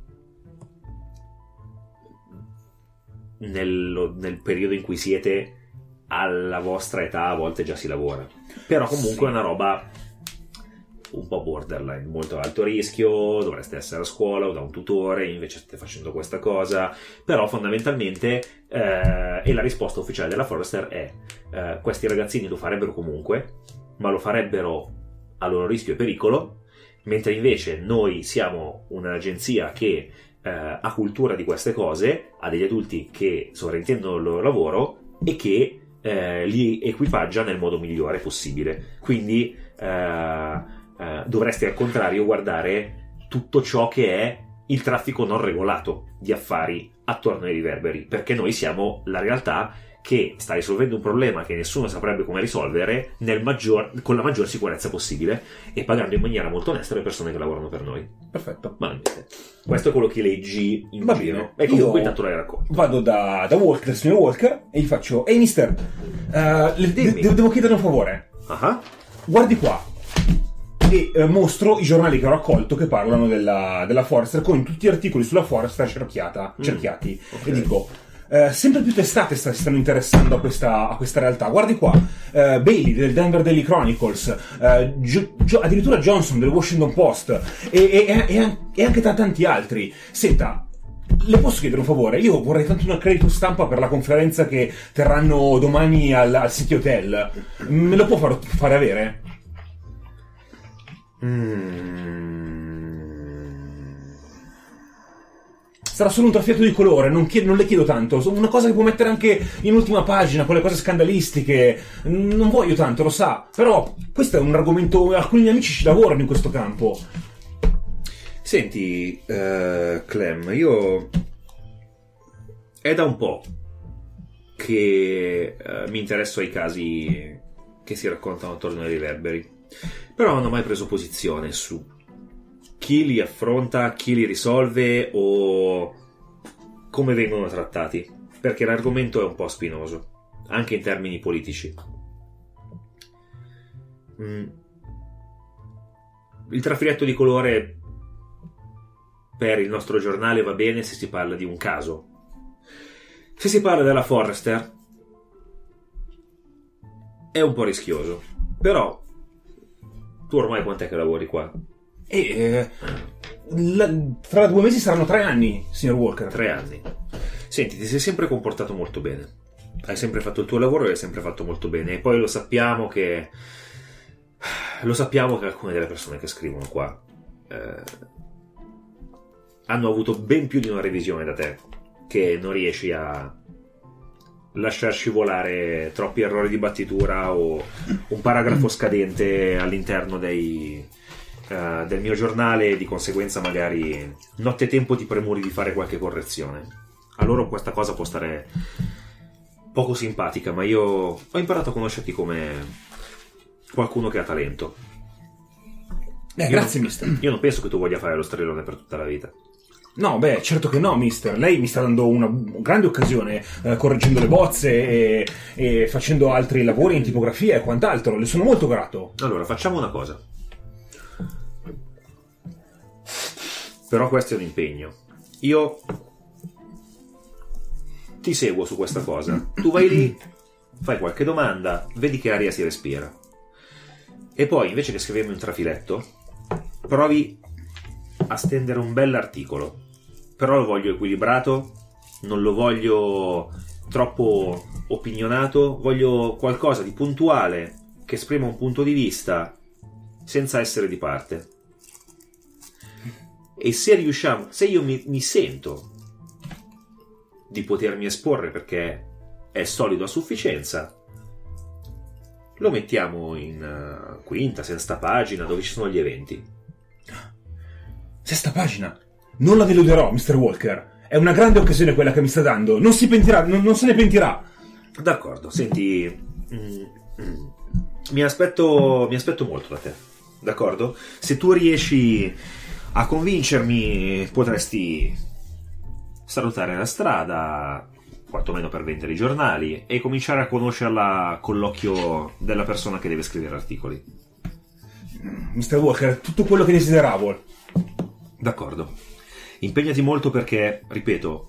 nel, nel periodo in cui siete alla vostra età a volte già si lavora, però comunque è una roba un po' borderline, molto alto rischio, dovreste essere a scuola o da un tutore, invece state facendo questa cosa. Però fondamentalmente eh, e la risposta ufficiale della Forrester è eh, questi ragazzini lo farebbero comunque, ma lo farebbero a loro rischio e pericolo, mentre invece noi siamo un'agenzia che eh, ha cultura di queste cose, ha degli adulti che sovrintendono il loro lavoro e che eh, li equipaggia nel modo migliore possibile. Quindi eh, eh, dovreste al contrario guardare tutto ciò che è il traffico non regolato di affari attorno ai riverberi, perché noi siamo la realtà che sta risolvendo un problema che nessuno saprebbe come risolvere nel maggior, con la maggior sicurezza possibile e pagando in maniera molto onesta le persone che lavorano per noi. Perfetto. Banalmente. Questo è quello che leggi in Va giro. bene. E comunque Io intanto l'hai racconto. Vado da, da Walker, dal signor Walker, e gli faccio: ehi mister, eh, le- Dimmi. de- devo chiedere un favore. Ah, Guardi qua. E eh, mostro i giornali che ho raccolto che parlano della, della Forrester, con tutti gli articoli sulla Forrester cerchiata, Mm. cerchiati. Ok. E dico: eh, sempre più testate sta- si stanno interessando a questa, a questa realtà. Guardi qua, eh, Bailey del Denver Daily Chronicles, eh, Gio- Gio- addirittura Johnson del Washington Post, e, e- e- e an- e anche t- tanti altri. Senta, le posso chiedere un favore? Io vorrei tanto un accredito stampa per la conferenza che terranno domani al, al City Hotel. Me lo può far- fare avere? Mm. Sarà solo un traffiato di colore, non, chiedo- non le chiedo tanto. Una cosa che può mettere anche in ultima pagina, con le cose scandalistiche. Non voglio tanto, lo sa. Però questo è un argomento. Alcuni miei amici ci lavorano in questo campo. Senti, eh, Clem, io è da un po' che eh, mi interesso ai casi che si raccontano attorno ai riverberi, però non ho mai preso posizione su chi li affronta, chi li risolve o come vengono trattati, perché l'argomento è un po' spinoso, anche in termini politici. Mm. Il traffiletto di colore per il nostro giornale va bene se si parla di un caso. Se si parla della Forrester è un po' rischioso. Però tu ormai quant'è che lavori qua? E eh, La, tra due mesi saranno tre anni, signor Walker. Tre anni. Senti, ti sei sempre comportato molto bene. Hai sempre fatto il tuo lavoro e hai sempre fatto molto bene. E poi lo sappiamo che... Lo sappiamo che alcune delle persone che scrivono qua eh, hanno avuto ben più di una revisione da te, che non riesci a lasciar scivolare troppi errori di battitura o un paragrafo scadente all'interno dei, uh, del mio giornale e di conseguenza magari nottetempo ti premuri di fare qualche correzione. A loro questa cosa può stare poco simpatica, ma io ho imparato a conoscerti come qualcuno che ha talento. Eh, grazie, mister. Io non penso che tu voglia fare lo strellone per tutta la vita. No, beh, certo che no, mister. Lei mi sta dando una grande occasione, eh, correggendo le bozze e, e facendo altri lavori in tipografia e quant'altro. Le sono molto grato. Allora, facciamo una cosa. Però questo è un impegno. Io ti seguo su questa cosa. Tu vai lì, fai qualche domanda, vedi che aria si respira. E poi, invece che scrivermi un trafiletto, provi a stendere un bell'articolo. Però lo voglio equilibrato, non lo voglio troppo opinionato, voglio qualcosa di puntuale che esprima un punto di vista senza essere di parte. E se riusciamo, se io mi, mi sento di potermi esporre perché è solido a sufficienza, lo mettiamo in uh, quinta, sesta pagina dove ci sono gli eventi. Sesta pagina? Non la deluderò, mister Walker. È una grande occasione quella che mi sta dando. Non si pentirà, non, non se ne pentirà. D'accordo, senti, mm, mm, mi aspetto, mi aspetto molto da te. D'accordo? Se tu riesci a convincermi, potresti salutare la strada, quantomeno per vendere i giornali, e cominciare a conoscerla con l'occhio della persona che deve scrivere articoli. mister Walker, tutto quello che desideravo. D'accordo. Impegnati molto perché, ripeto,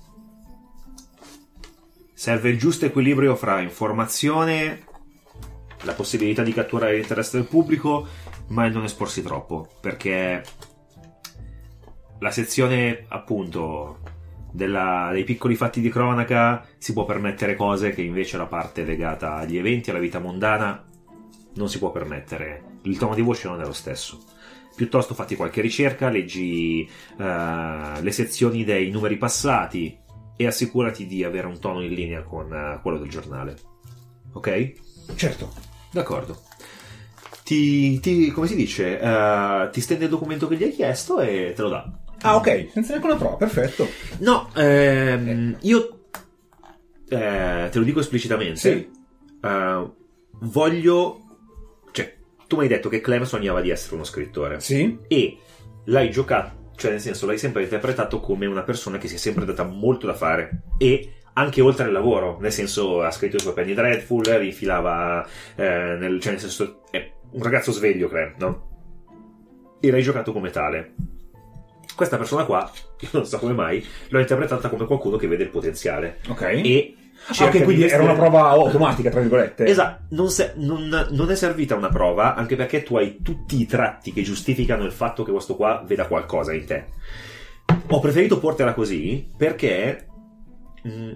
serve il giusto equilibrio fra informazione, la possibilità di catturare l'interesse del pubblico, ma non esporsi troppo, perché la sezione, appunto, della, dei piccoli fatti di cronaca si può permettere cose che invece la parte legata agli eventi, alla vita mondana, non si può permettere. Il tono di voce non è lo stesso. Piuttosto fatti qualche ricerca, leggi uh, le sezioni dei numeri passati e assicurati di avere un tono in linea con uh, quello del giornale. Ok? Certo. D'accordo. Ti, ti come si dice? Uh, ti stende il documento che gli hai chiesto e te lo dà. Ah, ok. Senza neanche una prova, perfetto. No, ehm, eh. io eh, te lo dico esplicitamente. Sì. Uh, voglio... Tu mi hai detto che Clem sognava di essere uno scrittore. Sì. E l'hai giocato, cioè nel senso l'hai sempre interpretato come una persona che si è sempre data molto da fare. E anche oltre il lavoro, nel senso ha scritto i suoi Penny Dreadful, rifilava eh, nel, cioè nel senso è un ragazzo sveglio, Clem, no? E l'hai giocato come tale. Questa persona qua, io non so come mai, l'ho interpretata come qualcuno che vede il potenziale. Ok. E Ah, ok, quindi era una prova automatica, tra virgolette. Esatto, non, se, non, non è servita una prova, anche perché tu hai tutti i tratti che giustificano il fatto che questo qua veda qualcosa in te. Ho preferito portarla così perché mh,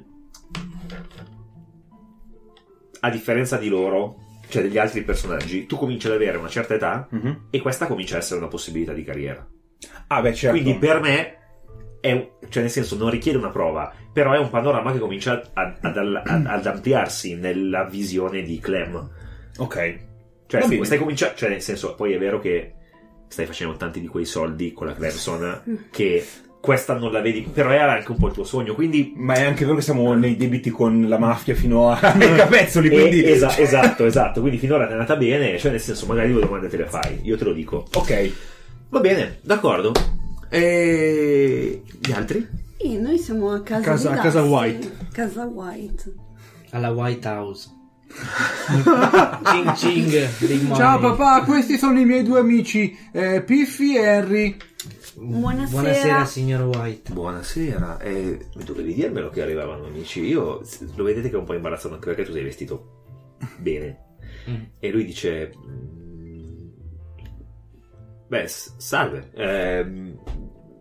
a differenza di loro, cioè degli altri personaggi, tu cominci ad avere una certa età mm-hmm. e questa comincia a essere una possibilità di carriera. Ah, beh, certo. Quindi per me è un, cioè nel senso non richiede una prova, però è un panorama che comincia ad, ad, ad, ad ampliarsi nella visione di Clem. Ok. Cioè stai, stai cominciando, cioè nel senso, poi è vero che stai facendo tanti di quei soldi con la Clemson che questa non la vedi, però era anche un po' il tuo sogno, quindi... Ma è anche vero che siamo nei debiti con la mafia fino a capezzoli, quindi... E, esa, esatto, esatto, quindi finora è andata bene, cioè nel senso magari due domande te le fai, io te lo dico. Ok. Va bene, d'accordo. E gli altri? E noi siamo a casa, casa, di a casa Dusty. White. Casa White. Alla White House. Ching ching dei Ciao papà, questi sono i miei due amici, eh, Piffy e Harry. Buonasera. Buonasera signor White. Buonasera, eh, dovevi dirmelo che arrivavano amici. Io lo vedete che è un po' imbarazzato anche perché tu sei vestito bene. Mm. E lui dice: beh, salve, eh,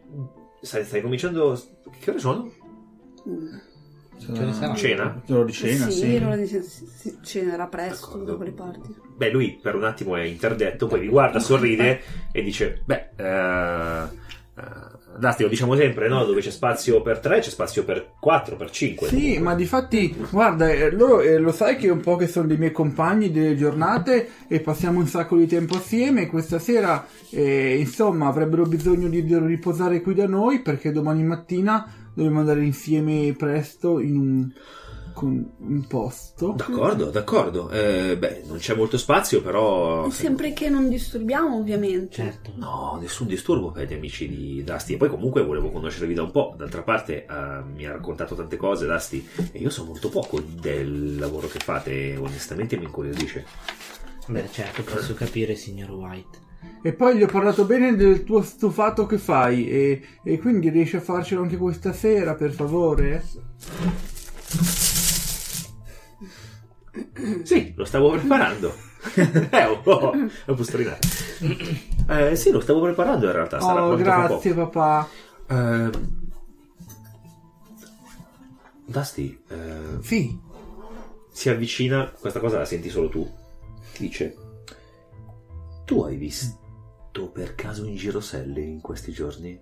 Stai, stai cominciando... Che ore sono? Che ore sarà? Cena? L'ora di cena, sì, sì. l'ora di cena, sì, sì, cena era presto D'accordo. da quelle parti. Beh, lui per un attimo è interdetto, poi vi guarda, sorride e dice: Beh, eh, eh, Dusty, lo diciamo sempre, no? Dove c'è spazio per tre, c'è spazio per quattro, per cinque. Sì, ma difatti, guarda, eh, loro eh, lo sai che un po' che sono dei miei compagni delle giornate e passiamo un sacco di tempo assieme. Questa sera, eh, insomma, avrebbero bisogno di, di riposare qui da noi perché domani mattina dobbiamo andare insieme presto in un, con un posto. D'accordo, d'accordo. Eh, beh, non c'è molto spazio, però... Sempre che non disturbiamo, ovviamente. Certo. No, nessun disturbo per gli amici di Dusty. E poi comunque volevo conoscervi da un po'. D'altra parte eh, mi ha raccontato tante cose Dusty e io so molto poco del lavoro che fate e onestamente mi incuriosisce. Beh, certo, posso capire, signor White. E poi gli ho parlato bene del tuo stufato che fai e, e quindi riesci a farcelo anche questa sera, per favore? Sì, lo stavo preparando. eh, oh, oh, ho pustorinato. Eh, sì, lo stavo preparando in realtà. Sarà Oh, pronto fra grazie papà. poco. Eh, Dusty, eh, Sì. si avvicina, questa cosa la senti solo tu. Ti dice: Tu hai visto per caso in giro Sally in questi giorni?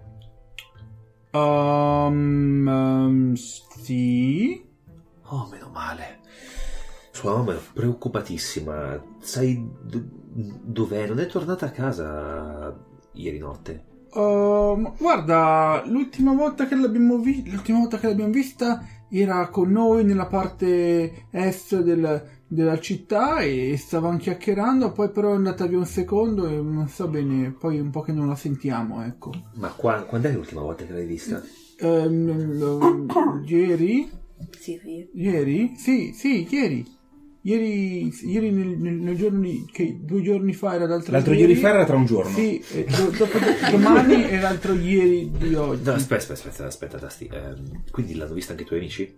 Um, um, sì. Oh, meno male. Sua mamma è preoccupatissima. Sai do- dov'è? Non è tornata a casa ieri notte? Um, guarda, l'ultima volta che l'abbiamo vi- l'ultima volta che l'abbiamo vista era con noi nella parte est del- della città e stavamo chiacchierando, poi però è andata via un secondo e non so bene, poi un po' che non la sentiamo, ecco. Ma qua, quando è l'ultima volta che l'hai vista? Ehm, ieri? Sì, sì. Ieri? Sì, sì, ieri. Ieri, ieri nel, nel, nel giorno di, che due giorni fa era l'altro, L'altro ieri fa era tra un giorno. Sì, e do- dopo domani e l'altro ieri di oggi. No, aspetta, aspetta, aspetta, aspetta, Dusty. Ehm, quindi l'hanno vista anche i tuoi amici?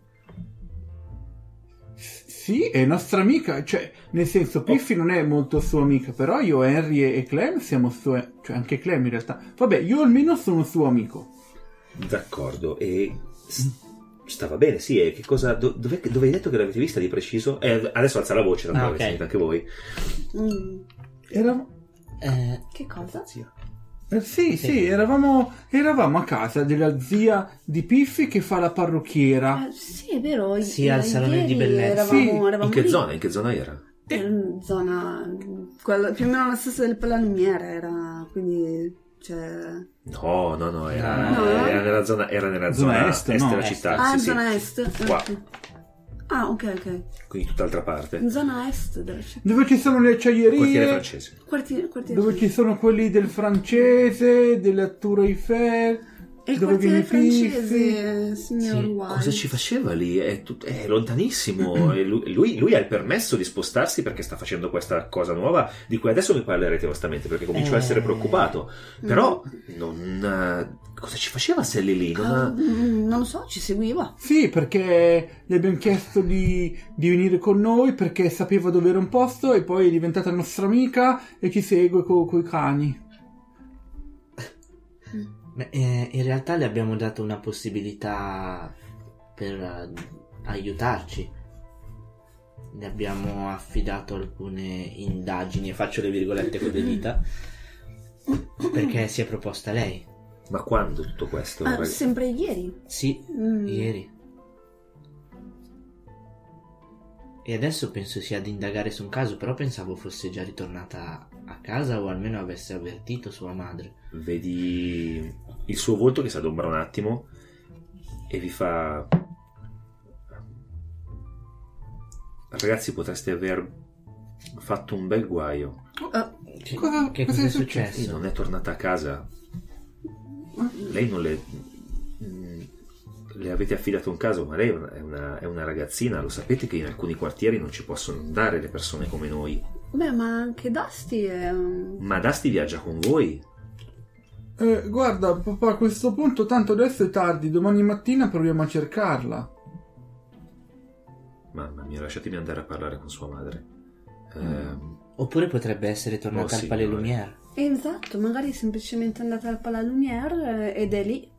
Sì, è nostra amica, cioè, nel senso, Piffy non è molto sua amica, però io, Henry e Clem siamo sue, cioè anche Clem in realtà. Vabbè, io almeno sono suo amico. D'accordo, e s- stava bene, sì, e che cosa, do- dov'è, dove hai detto che l'avete vista di preciso? Eh, adesso alza la voce, tanto Ah, l'avete ok. sentita anche voi. Mm, Eravamo... Eh, che cosa? Eh, sì, Sì. sì, eravamo, eravamo a casa della zia di Piffy che fa la parrucchiera. Eh, sì, è vero. Sì, i- al salone ieri di bellezza. Eravamo, Sì. eravamo In che lì. zona? In che zona era? In zona quella, più o meno la stessa del Palanumiere era, quindi cioè No, no, no, era, No. era nella zona, era nella Zona zona, est, est no? della Est. città. ah, sì, in sì. zona est. Qua. Ok. Ah, ok, ok. Quindi tutt'altra parte. In zona est della città. Dove ci sono le Quartiere acciaierie, francese. Quartiere, quartiere dove ci sono quelli del francese, della Tour Eiffel, E il dove viene quartiere Piffy. francese, signor Sì. White. Cosa ci faceva lì? È, tut- è lontanissimo. E lui, lui, lui ha il permesso di spostarsi perché sta facendo questa cosa nuova di cui adesso mi parlerete onestamente perché comincio a essere Eh. preoccupato. Però non... eh, cosa ci faceva Sally lì? Non Ah, ha... mm, non lo so, ci seguiva. Sì, perché gli abbiamo chiesto di, di venire con noi perché sapeva dove era un posto e poi è diventata nostra amica e ci segue co- coi cani. beh, eh, in realtà le abbiamo dato una possibilità per eh, aiutarci. Le abbiamo affidato alcune indagini, e faccio le virgolette con le dita, perché si è proposta lei. Ma quando tutto questo? Ah, Rag- sempre ieri. Sì, Mm. ieri. E adesso penso sia ad indagare su un caso, però pensavo fosse già ritornata a casa o almeno avesse avvertito sua madre. Vedi il suo volto che si adombra un attimo e vi fa: ragazzi, potreste aver fatto un bel guaio. Ah, Che Cosa- che cosa cosa è è Sì, successo? non è tornata a casa. Lei non le mm, le avete affidato un caso, ma lei è una, è una- è una ragazzina. Lo sapete che in alcuni quartieri non ci possono andare le persone come noi. beh, ma anche Dusty è un... Ma Dusty viaggia con voi. Eh, guarda, papà, a questo punto tanto adesso è tardi, domani mattina proviamo a cercarla. Mamma mia, lasciatemi andare a parlare con sua madre. Ehm, Oppure potrebbe essere tornata Oh, al Palais signore. Lumière. Esatto, magari è semplicemente andata al Palais Lumière eh, ed è lì.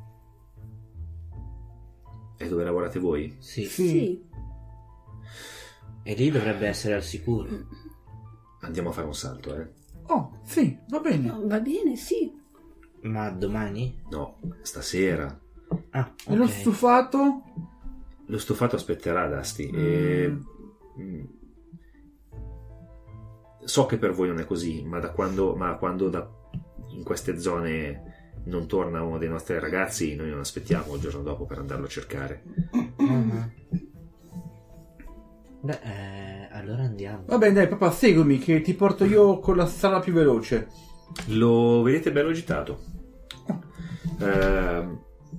E dove lavorate voi? Sì. Sì. Sì. E lì dovrebbe essere al sicuro. Andiamo a fare un salto, eh? Oh, sì, va bene. No, va bene, sì. Ma domani? No, stasera. Ah, E lo ok. stufato? Lo stufato aspetterà, Dusty. E... mm, So che per voi non è così, ma da quando, ma quando da, in queste zone non torna uno dei nostri ragazzi, noi non aspettiamo il giorno dopo per andarlo a cercare. Mhm. Beh, eh, allora andiamo. Va bene, dai, papà, seguimi che ti porto io con la strada più veloce. Lo vedete bello agitato. Ehm,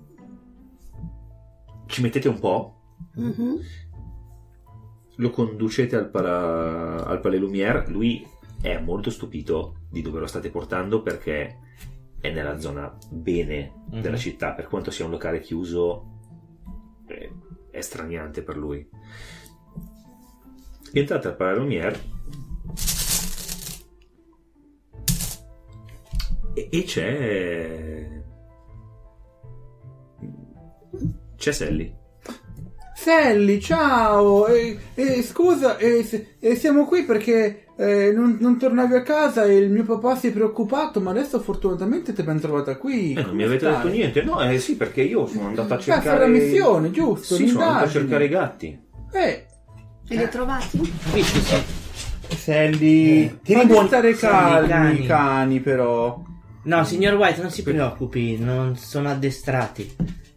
ci mettete un po', Mhm. lo conducete al, pala- al Palais Lumière. Lui è molto stupito di dove lo state portando perché è nella zona bene della Mhm. città, per quanto sia un locale chiuso è, è straniante per lui. Entrate al Palais Lumière e, e c'è c'è Sally. Sally, ciao! E, e, scusa, e, se- e siamo qui perché eh, non, non tornavi a casa e il mio papà si è preoccupato, ma adesso fortunatamente ti abbiamo trovata qui. Eh, non Come mi avete stai? detto niente? No, eh sì, perché io sono andato a Beh, cercare fare la missione, giusto? Sì, sono andato a un'indagine. cercare i gatti. Eh, E li hai trovati? Qui ci sono. Sally, tieni fammi buon- stare calmi, cani. i cani però. No, signor White, non si preoccupi, non sono addestrati.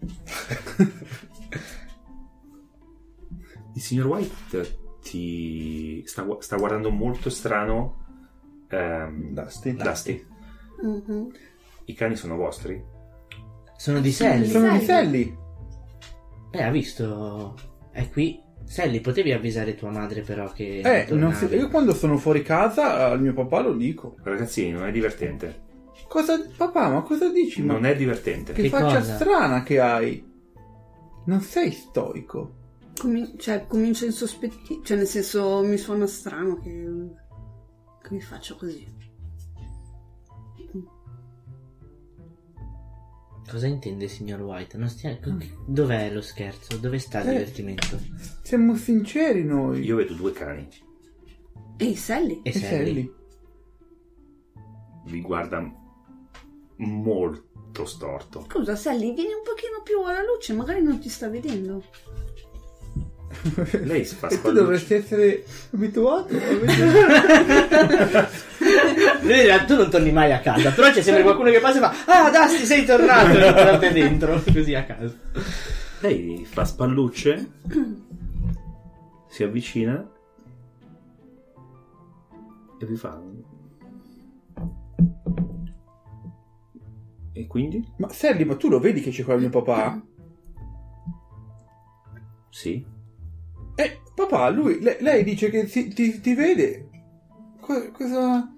Il signor White ti sta, gu- sta guardando molto strano. ehm, Dusty. Dusty. Mhm. I cani sono vostri? Sono di Sally. Sono di Sally. Sally. Eh, ha visto? È qui. Sally, potevi avvisare tua madre però che... Eh, non si- tornavi. io quando sono fuori casa al mio papà lo dico. Ragazzini, non è divertente. Cosa, papà, ma cosa dici? Ma Non è divertente. che Che faccia cosa? strana che hai. Non sei stoico. Comin- cioè, comincio a insospettire. Cioè, nel senso, mi suona strano che, che mi faccia così. Cosa intende, signor White? Non stia... Dov'è lo scherzo? Dove sta il Eh. divertimento? Siamo sinceri noi. Io vedo due cani. Ehi, Sally? E E Sally? Sally. Vi guarda molto storto. Scusa, Sally, vieni un pochino più alla luce, magari non ti sta vedendo. Lei si fa E tu spallucce. dovresti essere abituato a vedere. Lui, tu non torni mai a casa, però c'è sempre qualcuno che passa e fa: ah, Dusty, sei tornato! E entrate dentro, così a casa. Lei fa spallucce, si avvicina e vi fa. E quindi? Ma Sally, ma tu lo vedi che c'è qua il mio papà? Sì. Eh, papà, lui, le- lei dice che si- ti, ti vede. Co- cosa...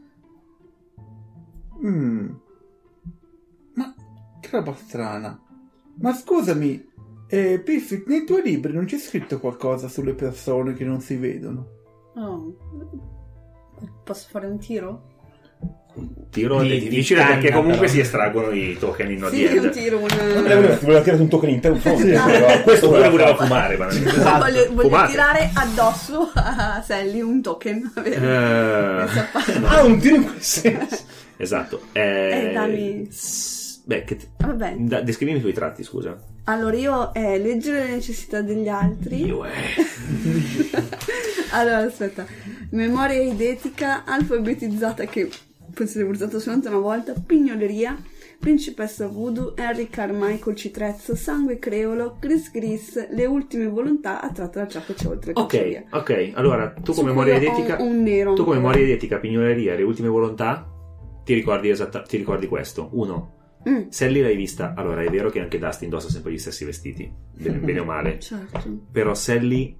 Mm. Ma che roba strana. Ma scusami, eh, Piffy, nei tuoi libri non c'è scritto qualcosa sulle persone che non si vedono? Oh. Posso fare un tiro? Un tiro Di- è di difficile canna, perché comunque però. si estraggono i token in Sì, un azienda. tiro, Eh, una... voleva voleva tirare un token in te un fronte. Sì. però Questo Oppure voleva voleva fare. fumare, banalmente. Esatto. voglio, voglio Fumate. tirare addosso a Sally un token. Eh, Ah, un tiro in quel senso. esatto. Eh, Eh, dammi. s- Beh, che t- Vabbè, da- descrivimi i tuoi tratti, scusa. allora io è leggere le necessità degli altri. Io, eh. Allora, aspetta. Memoria eidetica, alfabetizzata che penso di aver usato solamente una volta, pignoleria, principessa voodoo, Henry Carmichael Citrezzo, sangue creolo, Gris Gris, le ultime volontà, attratta da ciò che c'è oltre Ok, cancelleria. ok. Allora, tu Su come cui memoria ho edetica, un nero tu come ancora. memoria edetica, pignoleria, le ultime volontà, ti ricordi esatta, ti ricordi questo? Uno. Mm, Sally l'hai vista. Allora, è vero che anche Dusty indossa sempre gli stessi vestiti, bene, bene o male. certo. Però Sally,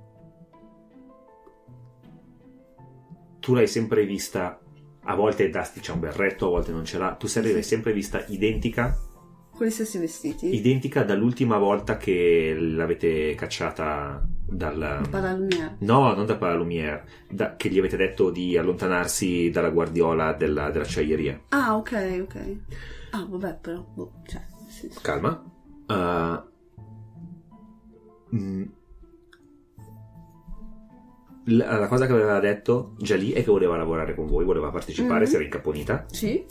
tu l'hai sempre vista. A volte Dusty c'ha un berretto, a volte non ce l'ha. Tu Sally l'hai sempre vista identica con gli stessi vestiti. Identica dall'ultima volta che l'avete cacciata dal... Paralumiere. No, non da Paralumiere, da... che gli avete detto di allontanarsi dalla guardiola della... dell'acciaieria. Ah, ok, ok. Ah, vabbè, però, boh, cioè... Sì. Calma. Uh... Mm. La, la cosa che aveva detto già lì è che voleva lavorare con voi, voleva partecipare, Mm-hmm. si era incaponita. Sì.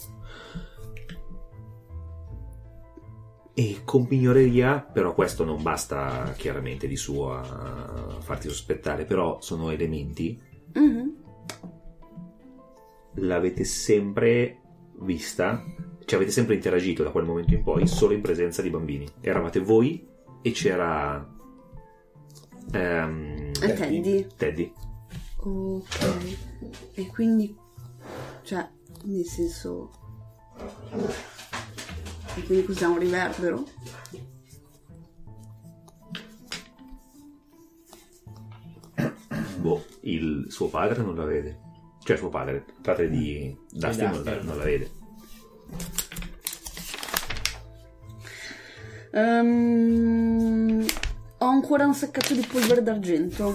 E con pignoreria, però questo non basta chiaramente di suo a farti sospettare, però sono elementi. Mm-hmm. L'avete sempre vista, cioè avete sempre interagito da quel momento in poi solo in presenza di bambini. Eravate voi e c'era ehm, E Teddy. Teddy. Ok. E quindi, cioè, nel senso... E quindi cos'è, un riverbero? Boh, il suo padre non la vede. Cioè suo padre, il padre di Dustin non la, non la vede. Um, ho ancora un seccato di polvere d'argento.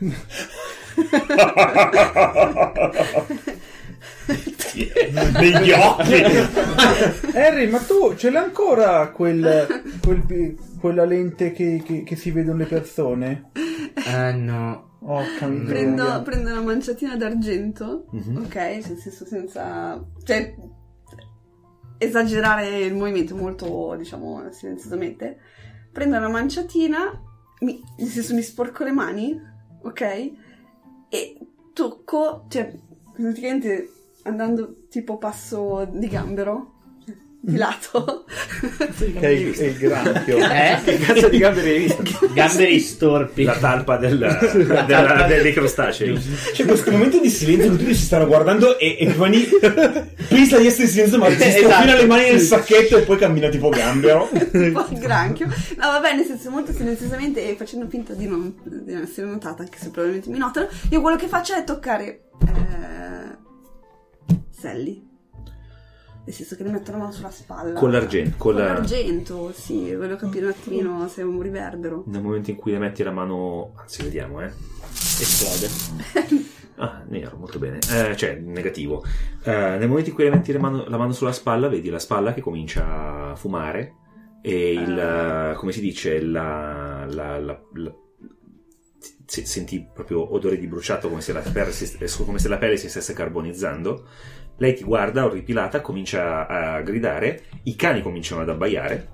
Negli occhi. Harry, ma tu ce l'hai ancora quel, quel- quella lente che, che- che si vedono le persone? Ah no. Oh, Prendo, prendo una manciatina d'argento, Mhm. ok? Nel senso, senza... Cioè, esagerare il movimento, molto, diciamo, silenziosamente. Prendo una manciatina, mi, nel senso mi sporco le mani, ok? E tocco, cioè, praticamente andando tipo passo di gambero, di lato. Che è il, è il granchio. Eh? Che cazzo di gamberi hai visto? Gamberi storpi. La talpa del, della, dei crostacei. C'è questo momento di silenzio che tutti si stanno guardando e, e Giovanni pensa di essere in silenzio, ma si Esatto. strofina le mani nel sacchetto e poi cammina tipo gambero. Tipo il granchio. No, vabbè, nel senso, molto silenziosamente e facendo finta di non, di non essere notata, anche se probabilmente mi notano, io quello che faccio è toccare eh, Sally. Nel senso che le metto la mano sulla spalla. Con l'argento, con Con la- l'argento, sì, voglio capire un attimino se è un riverbero. Nel momento in cui le metti la mano, anzi vediamo, eh. Esplode. Ah, nero, molto bene. Eh, cioè, negativo. Eh, nel momento in cui le metti la mano, la mano sulla spalla, vedi la spalla che comincia a fumare e il, Ah. eh, come si dice, la, la, la, la- se- senti proprio odore di bruciato, come se la pelle si, come se la pelle si stesse carbonizzando. Lei ti guarda orripilata, comincia a gridare, i cani cominciano ad abbaiare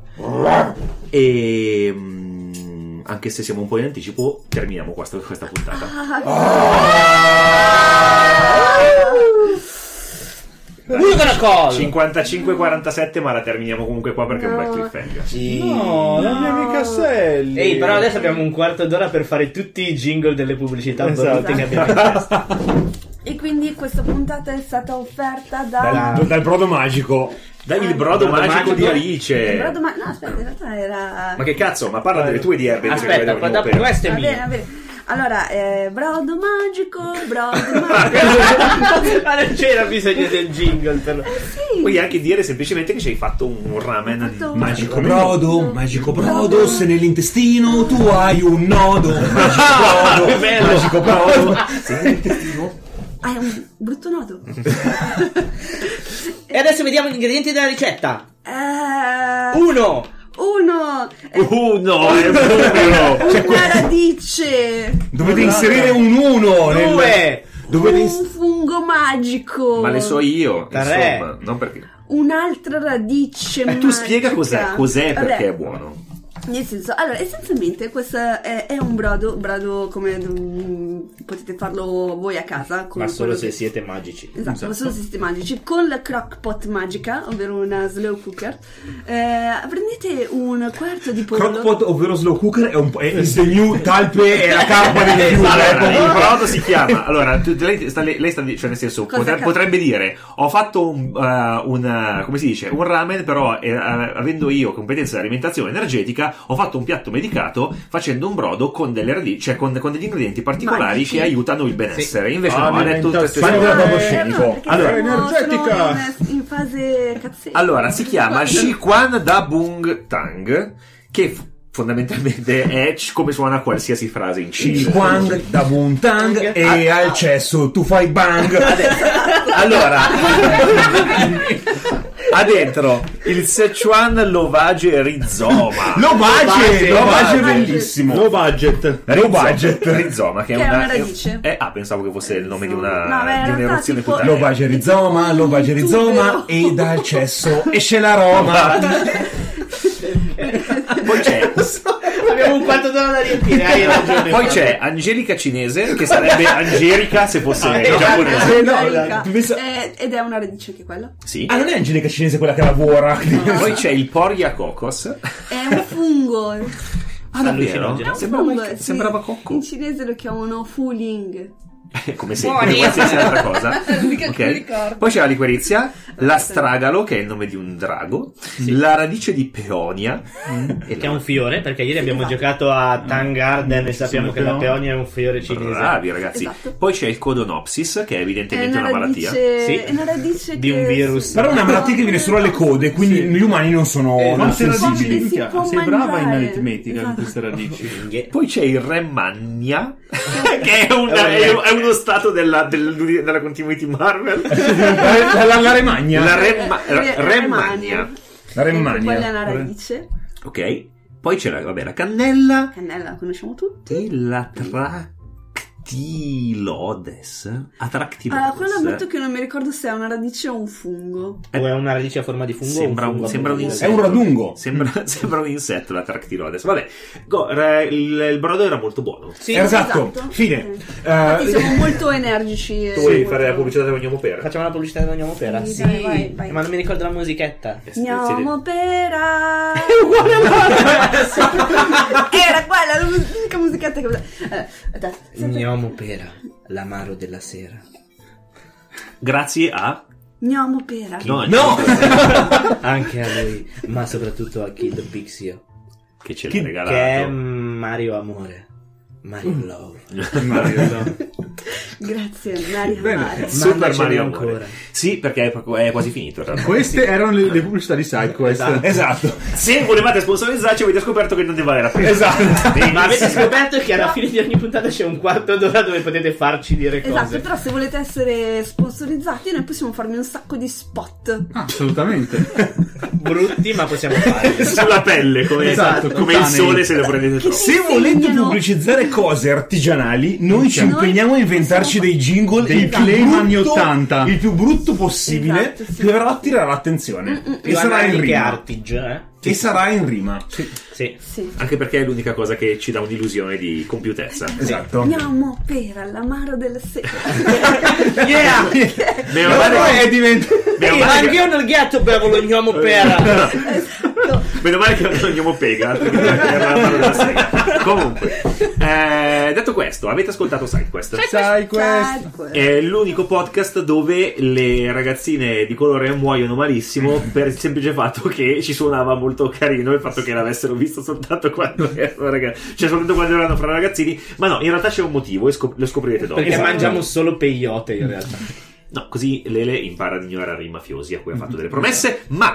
e mm, anche se siamo un po' in anticipo, terminiamo questa, questa puntata. We're gonna call. cinquantacinque quarantasette, ma la terminiamo comunque qua perché è un bel No. cliffhanger. No, la mia amica Sally. Ehi, però adesso abbiamo un quarto d'ora per fare tutti i jingle delle pubblicità Esatto. brutte che abbiamo in testa. E quindi questa puntata è stata offerta da... Dal, dal brodo magico. Dai il Ah, brodo brodo magico magico. di Alice. Il brodo ma- No, aspetta, in realtà era... Ma che cazzo, ma parla delle tue di erbe. Aspetta, qua- dopo questo è Va mio. bene, va bene. Allora, eh, brodo magico, brodo magico. Ma non c'era bisogno del jingle per... Sì. Puoi anche dire semplicemente che ci hai fatto un ramen Ho fatto- Magico brodo, magico brodo, se nell'intestino tu hai un nodo. Magico brodo, Che bello. magico brodo, se nell'intestino... Hai un brutto nodo. E adesso vediamo gli ingredienti della ricetta. Eh, Uno. uno. eh, Uh, no, è buono. Cioè, una radice. dovete inserire un uno nel... Due. Dovete Un ins- fungo magico. Ma le so io, Tre. insomma, non perché. Un'altra radice Eh, tu magica. spiega cos'è, cos'è Vabbè, perché è buono. Nel senso, allora, essenzialmente questo è, è un brodo, brodo come mm, potete farlo voi a casa. con Ma solo quello se che- siete magici. Esatto, ma solo se siete magici. Con la crock pot magica, ovvero una slow cooker, eh, prendete un quarto di pollo. Crockpot, ovvero slow cooker, è un po'... È the new talpe e la carpa delle più. Allora, eh, il brodo si chiama. Allora, tu- lei sta, lei sta, cioè nel senso, Cosa potre- ca- potrebbe dire: ho fatto un, uh, un uh, come si dice, un ramen, però eh, avendo io competenza di alimentazione energetica, ho fatto un piatto medicato facendo un brodo con delle radici, cioè con, con degli ingredienti particolari Magici. che aiutano il benessere. Invece Ah, no, ha detto alimentazione. tutte- Fai una roba Eh, scenico. no, perché Allora, sono- energetica. sono in- fase cazzetta. Allora, si chiama Shiquan Da Bung Tang, che f- fondamentalmente è c- come suona qualsiasi frase in cinese. Quang da Buntang e al cesso tu fai bang. Allora, ha dentro il Szechuan Lovage Rizoma. Lovage, Lovage è bellissimo. Low budget. Low budget. Rizoma, che, Che è è una, una radice. Eh, ah, pensavo che fosse il nome di una No, beh, in di realtà un'eruzione tipo- cutanea. Lovage rizoma, Lovage rizoma e dal cesso esce la Roma. Poi c'è Abbiamo un quarto d'ora da riempire, hai ragione. Poi c'è Angelica cinese, che sarebbe Angelica se fosse Ah, giapponese. Eh, no, Angelica. penso- Eh, ed è una radice anche quella. Sì. Ah, non è Angelica cinese quella che lavora? Poi c'è il Poria Cocos. È un fungo. Ah, davvero? Allucinogeno. Sembrava, Fungo, sì. sembrava cocco. In cinese lo chiamano Fuling. Come sempre, come qualsiasi altra cosa. Mica che mi Ok. ricordo. Poi c'è la liquirizia, la stragalo, che è il nome di un drago, la radice di peonia, Che è un fiore, perché ieri abbiamo Esatto. giocato a Tang Garden e sappiamo Sì, che la no. peonia è un fiore cinese. bravi ragazzi. Esatto. Poi c'è il codonopsis, che è È evidentemente una una malattia. radice, Sì. è una radice Di che- un virus. Però è una malattia che viene solo alle code, quindi Sì. gli umani non sono Eh, non quante sensibili. radici, Si minchia, può sei brava in mangiare. aritmetica con Esatto. queste radici. Poi c'è il Remagna, che è, una- è- è uno stato della, del- della continuity Marvel. La, la, la remagna. La Remma- Re- Remagna. La Anche remagna. quella è una radice. Ok. Poi c'è la, vabbè, la cannella Cannella la conosciamo tutti. e la Tractilodes. Atractilodes. Allora, quello ammetto che non mi ricordo se è una radice o un fungo. O è una radice a forma di fungo? Sembra o un- fungo sembra un appunto? È un radungo. Sembra, sembra un insetto la Tractilodes. Vabbè, go, re- il, il brodo era molto buono. Sì, Esatto. Esatto. Fine. Infatti Eh, siamo molto energici. e Tu vuoi molto- fare la pubblicità dell'Ognomo Pera? Facciamo la pubblicità di Ognomo Pera? Sì, dai, vai, vai. Ma non mi ricordo la musichetta. Gnomo pera. Era quella l'unica musichetta che. Allora, aspetta, sempre- Gnomo Pera, l'amaro della sera. Grazie a... Gnomo pera. No, no! Anche a lui, ma soprattutto a Kid Pixio, che ce l'ha Che- regalato. che è Mario Amore. Mario Love. Grazie, Mario Bene. Mario. Super Mandaceli Mario ancora. Amore. Sì, perché è, proprio- è quasi finito in realtà. Queste erano le, le pubblicità di SideQuest. Esatto. Esatto. Se volevate sponsorizzarci avete scoperto che non ne vale la pena. Esatto. Ma avete scoperto che alla fine di ogni puntata c'è un quarto d'ora dove potete farci dire cose. Esatto, però se volete essere sponsorizzati noi possiamo farvi un sacco di spot. Ah, assolutamente. Brutti, ma possiamo farli. Sulla pelle, come, Esatto, come il cutanei. sole se lo prendete Che troppo. si- Se volete Insegnano- pubblicizzare cose artigianali, noi ci Noi impegniamo a inventarci possiamo- dei jingle Dei il più claim anni brutto- ottanta. il più brutto possibile Esatto, sì. per attirare l'attenzione. E Più sarà in anali che rima. Artige, eh? E sarà in rima. Sì. Sì. Anche perché è l'unica cosa che ci dà un'illusione di compiutezza. Esatto. Gnomo pera, l'amaro della sera. Yeah! Meno No, male no, che- è diventato. meno Sì, male che- anche io nel ghetto bevo lo gnomo pera. Esatto. Meno male che non andiamo pega, altrimenti era la mano della sega. Comunque, eh, detto questo, avete ascoltato SideQuest? SideQuest. È l'unico podcast dove le ragazzine di colore muoiono malissimo per il semplice fatto che ci suonava molto carino il fatto che l'avessero visto soltanto quando erano ragazzi, cioè soltanto quando erano fra ragazzini. Ma no, in realtà c'è un motivo e scop- lo scoprirete dopo. Perché Esatto. mangiamo solo peyote in realtà. No, così Lele impara ad ignorare i mafiosi a cui ha fatto delle promesse, ma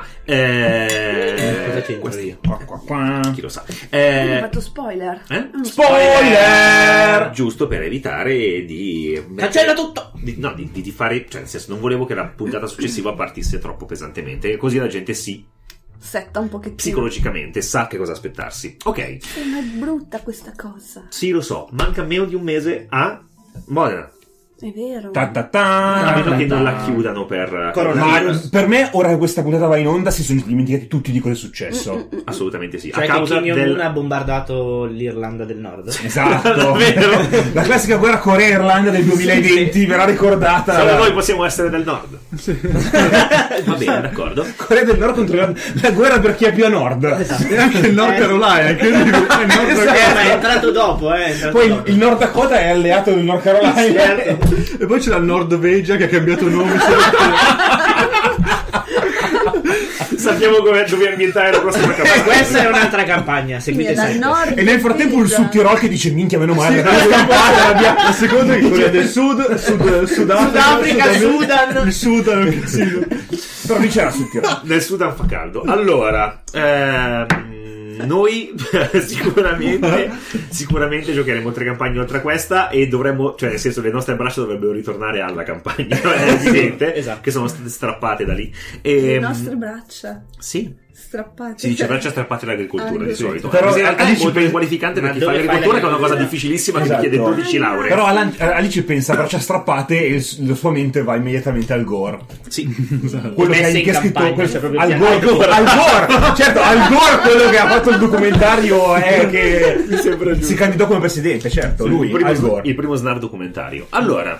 eh, Cosa c'entro questo- io? Qua, qua, qua. chi lo sa. Quindi Eh, ho fatto spoiler. eh? Uno Spoiler! Giusto per evitare di Cancella tutto! di, no, di, di- di fare, cioè nel senso non volevo che la puntata successiva partisse troppo pesantemente, così la gente si Setta un pochettino. psicologicamente sa che cosa aspettarsi. Ok, Sì, ma è brutta questa cosa. sì lo so, manca meno di un mese a Modena. È vero. Ta ta A ta. meno che non la chiudano per Coronavirus. Ma per me, ora che questa puntata va in onda, si sono dimenticati tutti di cosa è successo. Assolutamente sì. Cioè a che causa Kim del Jong-un ha bombardato l'Irlanda del Nord. Esatto. Davvero? La classica guerra Corea-Irlanda del duemilaventi verrà ricordata. Solo noi possiamo essere del nord. Va bene, d'accordo. Corea del Nord contro la, la guerra per chi è più a nord. E anche il North Carolina, incredibile. È il North Eh, Carolina. ma è entrato dopo, eh. È entrato Poi il, dopo. il Nord Dakota è alleato del North Carolina. Certo. E poi c'è la Norvegia che ha cambiato nome solo sappiamo come, dove ambientare la prossima campagna. Questa è un'altra campagna, seguite Dal sempre. nord E nel frattempo il Pisa. Sudtirol che dice minchia meno male, la scampata, l'abbiamo- La seconda è Corea del Sud, Sud Sudafrica, Sudafrica, Sudan. il Sudan, un casino. però lì c'era Sudtirol. Nel Sudan fa caldo. Allora, ehm, noi sicuramente sicuramente giocheremo tre campagne oltre a questa e dovremmo, cioè nel senso le nostre braccia dovrebbero ritornare alla campagna, è evidente, Esatto. che sono state strappate da lì. Le E, nostre braccia sì, strappate. si dice braccia strappate all'agricoltura Ah, di sì. solito. Però Però in realtà è Alice molto pensa- qualificante Ma per chi fa dove fai l'agricoltura, che è una cosa l'agricoltura? difficilissima che Esatto. richiede dodici lauree. Però Alan- Alice pensa a braccia strappate e il- la sua mente va immediatamente al gore. Sì. Quello che, Messe hai- in che ha scritto campagna, quel- cioè proprio al piano- gore, al gore, certo, al gore quello che ha fatto il documentario è che si candidò come presidente, certo, lui, il primo, al gore. il primo snap documentario. Allora,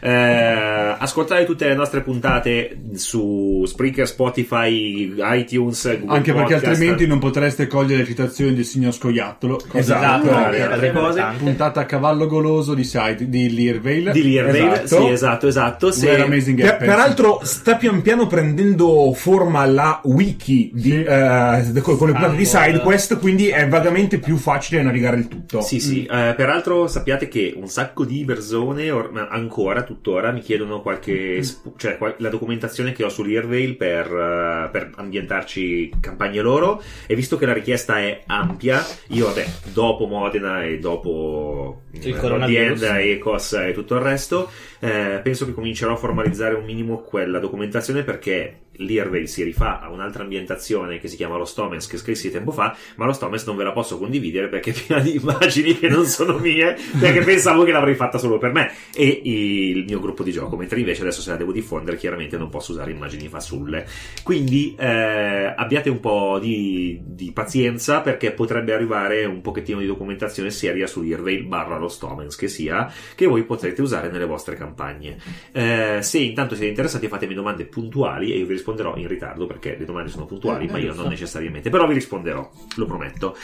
eh, ascoltate tutte le nostre puntate su Spreaker, Spotify, iTunes, Google Anche perché Podcast, altrimenti non potreste cogliere le citazioni del signor Scoiattolo. Cosa Esatto, da- e altre avremo cose. tante. Puntata a cavallo goloso di site di Learvale. di Learvale. Esatto. Sì, esatto, esatto. Se- Where Amazing Per- Happens. peraltro sta pian piano prendendo forma la wiki di, Sì. eh, con con le puntate di Ancora. SideQuest, quindi è vagamente più facile navigare il tutto. Sì, sì, eh, peraltro sappiate che un sacco di persone or- ma ancora, tuttora, mi chiedono qualche, sp- cioè qual- la documentazione che ho su Learvale per, eh, per ambientarci campagne loro, e visto che la richiesta è ampia, io vabbè, dopo Modena e dopo Il eh, coronavirus. Lodienda, Ecos e tutto il resto, eh, penso che comincerò a formalizzare un minimo quella documentazione, perché Learvale si rifà a un'altra ambientazione che si chiama Lost Omens, che scrissi tempo fa, ma Lost Omens non ve la posso condividere perché è piena di immagini che non sono mie, perché pensavo che l'avrei fatta solo per me e il mio gruppo di gioco, mentre invece adesso se la devo diffondere chiaramente non posso usare immagini fasulle. Quindi eh, abbiate un po' di, di pazienza, perché potrebbe arrivare un pochettino di documentazione seria su Learvale barra Lost Omens, che sia, che voi potrete usare nelle vostre campagne. Eh, se intanto siete interessati, fatemi domande puntuali e io vi risponderò in ritardo, perché le domande sono puntuali, Eh, ma io giusto. non necessariamente, però vi risponderò, lo prometto.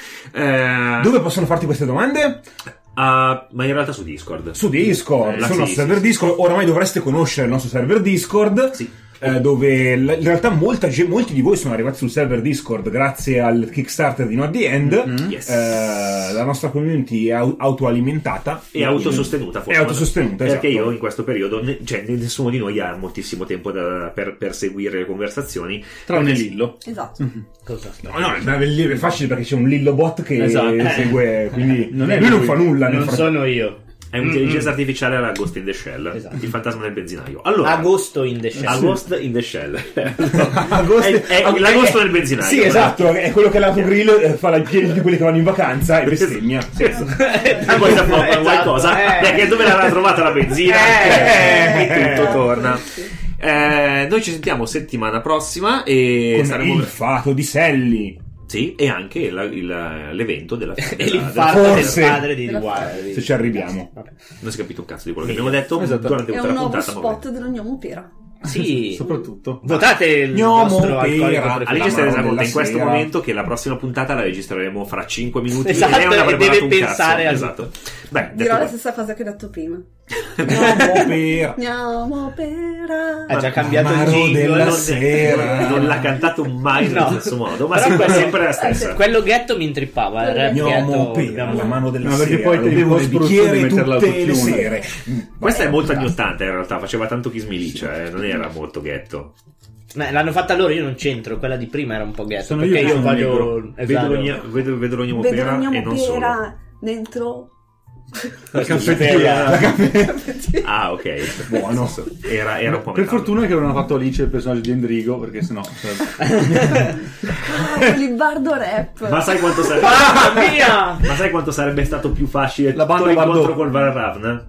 Eh, Dove possono farti queste domande? ah, ma in realtà su Discord. Su Discord, Eh, sul sì, nostro sì, server sì. Discord. Oramai dovreste conoscere il nostro server Discord. Sì. eh, dove l- in realtà molta ge- molti di voi sono arrivati sul server Discord grazie al Kickstarter di Not The End. Mm-hmm. Yes. Eh, la nostra community è au- autoalimentata E autosostenuta, forse. È autosostenuta, perché esatto. io in questo periodo, ne- cioè nessuno di noi ha moltissimo tempo da- per, per seguire le conversazioni. Tranne Lillo. Esatto. Cosa sta? No, no, è, è facile perché c'è un Lillo bot che Esatto. segue, quindi Non è lui non lui. fa nulla. nel Non frattempo. sono io. È un'intelligenza artificiale alla Ghost in the Shell, Esatto. il fantasma del benzinaio. Allora, Agosto in the Shell. a Ghost in the Shell. Agosto- è, è Ag- l'agosto è- del benzinaio. Sì, esatto, è quello che l'autogrill eh, fa la piedi di quelli che vanno in vacanza e bestemmia. E poi da fare Esatto, qualcosa, eh. perché dove l'aveva trovata la benzina? Eh. E tutto torna. Eh, noi ci sentiamo settimana prossima e Con saremo il fato di Selli. sì, e anche la- il- l'evento della E della- l'infarto Forse. del padre di Della- Wilde. Se ci arriviamo. Vabbè. non si è capito un cazzo di quello che abbiamo detto Esatto. durante È tutta un la nuovo puntata. ma vabbè. spot dell'Ognomo Opera. Sì, Soprattutto. votate il Gnomo vostro alcolico pera. preferito. Alice si è La resa mano conto della in questo sera. momento che la prossima puntata la registreremo fra cinque minuti Esatto, e lei non ha e preparato deve un pensare cazzo. a Esatto. Beh, detto Dirò la questo. stessa cosa che ho detto prima. Gnomo pera. Gnomo Opera. Ha già cambiato il Amaro jingle. della non- sera. non l'ha cantato mai No. nello stesso modo, ma Però sempre, quello- sempre la stessa. Quello ghetto mi intrippava. Il rap Gnomo ghetto, pera, abbiamo- la mano della Ma perché sera. poi lo te bevo nel post-produzione bicchiere mettere tutte le l'autotune. sere. Questa è Vabbè, molto anni esatto. ottanta in realtà, faceva tanto Kiss Me Licia, eh, non era molto ghetto. Ma l'hanno fatta loro, io non c'entro. Quella di prima era un po' ghetto. Sono perché io io, che sono voglio. negro. Esatto. Vedo l'ogni- vedo, vedo l'ognomo Vedo pera e l'Ognomo non solo. Opera dentro. La caffettiera. Ah, ok. Buono. Era, era un po' Per metallo. fortuna che non hanno fatto Alice il personaggio di Endrigo, perché sennò sarebbe- Ah, Libardo rap. Ma sai quanto sarebbe Mamma mia! Ma sai quanto sarebbe stato più facile La banda tutto l'incontro Bardot. col Varravna?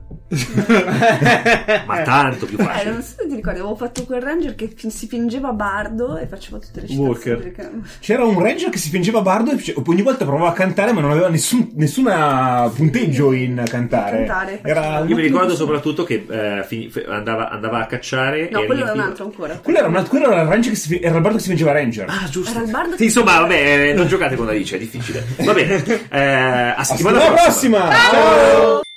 Ma tanto più Eh, facile. non so se ti ricordi, avevo fatto quel ranger che fi- si fingeva bardo e faceva tutte le Walker. citazioni. Perché... C'era un ranger che si fingeva bardo e c- ogni volta provava a cantare, ma non aveva nessun nessuna punteggio in cantare. Cantare, Era faceva. Io mi ricordo soprattutto che eh, fin- f- andava, andava a cacciare No, e quello era un riempiva- altro ancora. Quello era, un- quello era il ranger che si, fi- era il bardo che si fingeva ranger. Ah, giusto. Era il bardo Sì, che- insomma, vabbè, eh, non giocate con Alice, è difficile. Va bene. Eh, a A settimana settimana prossima. prossima! Ciao!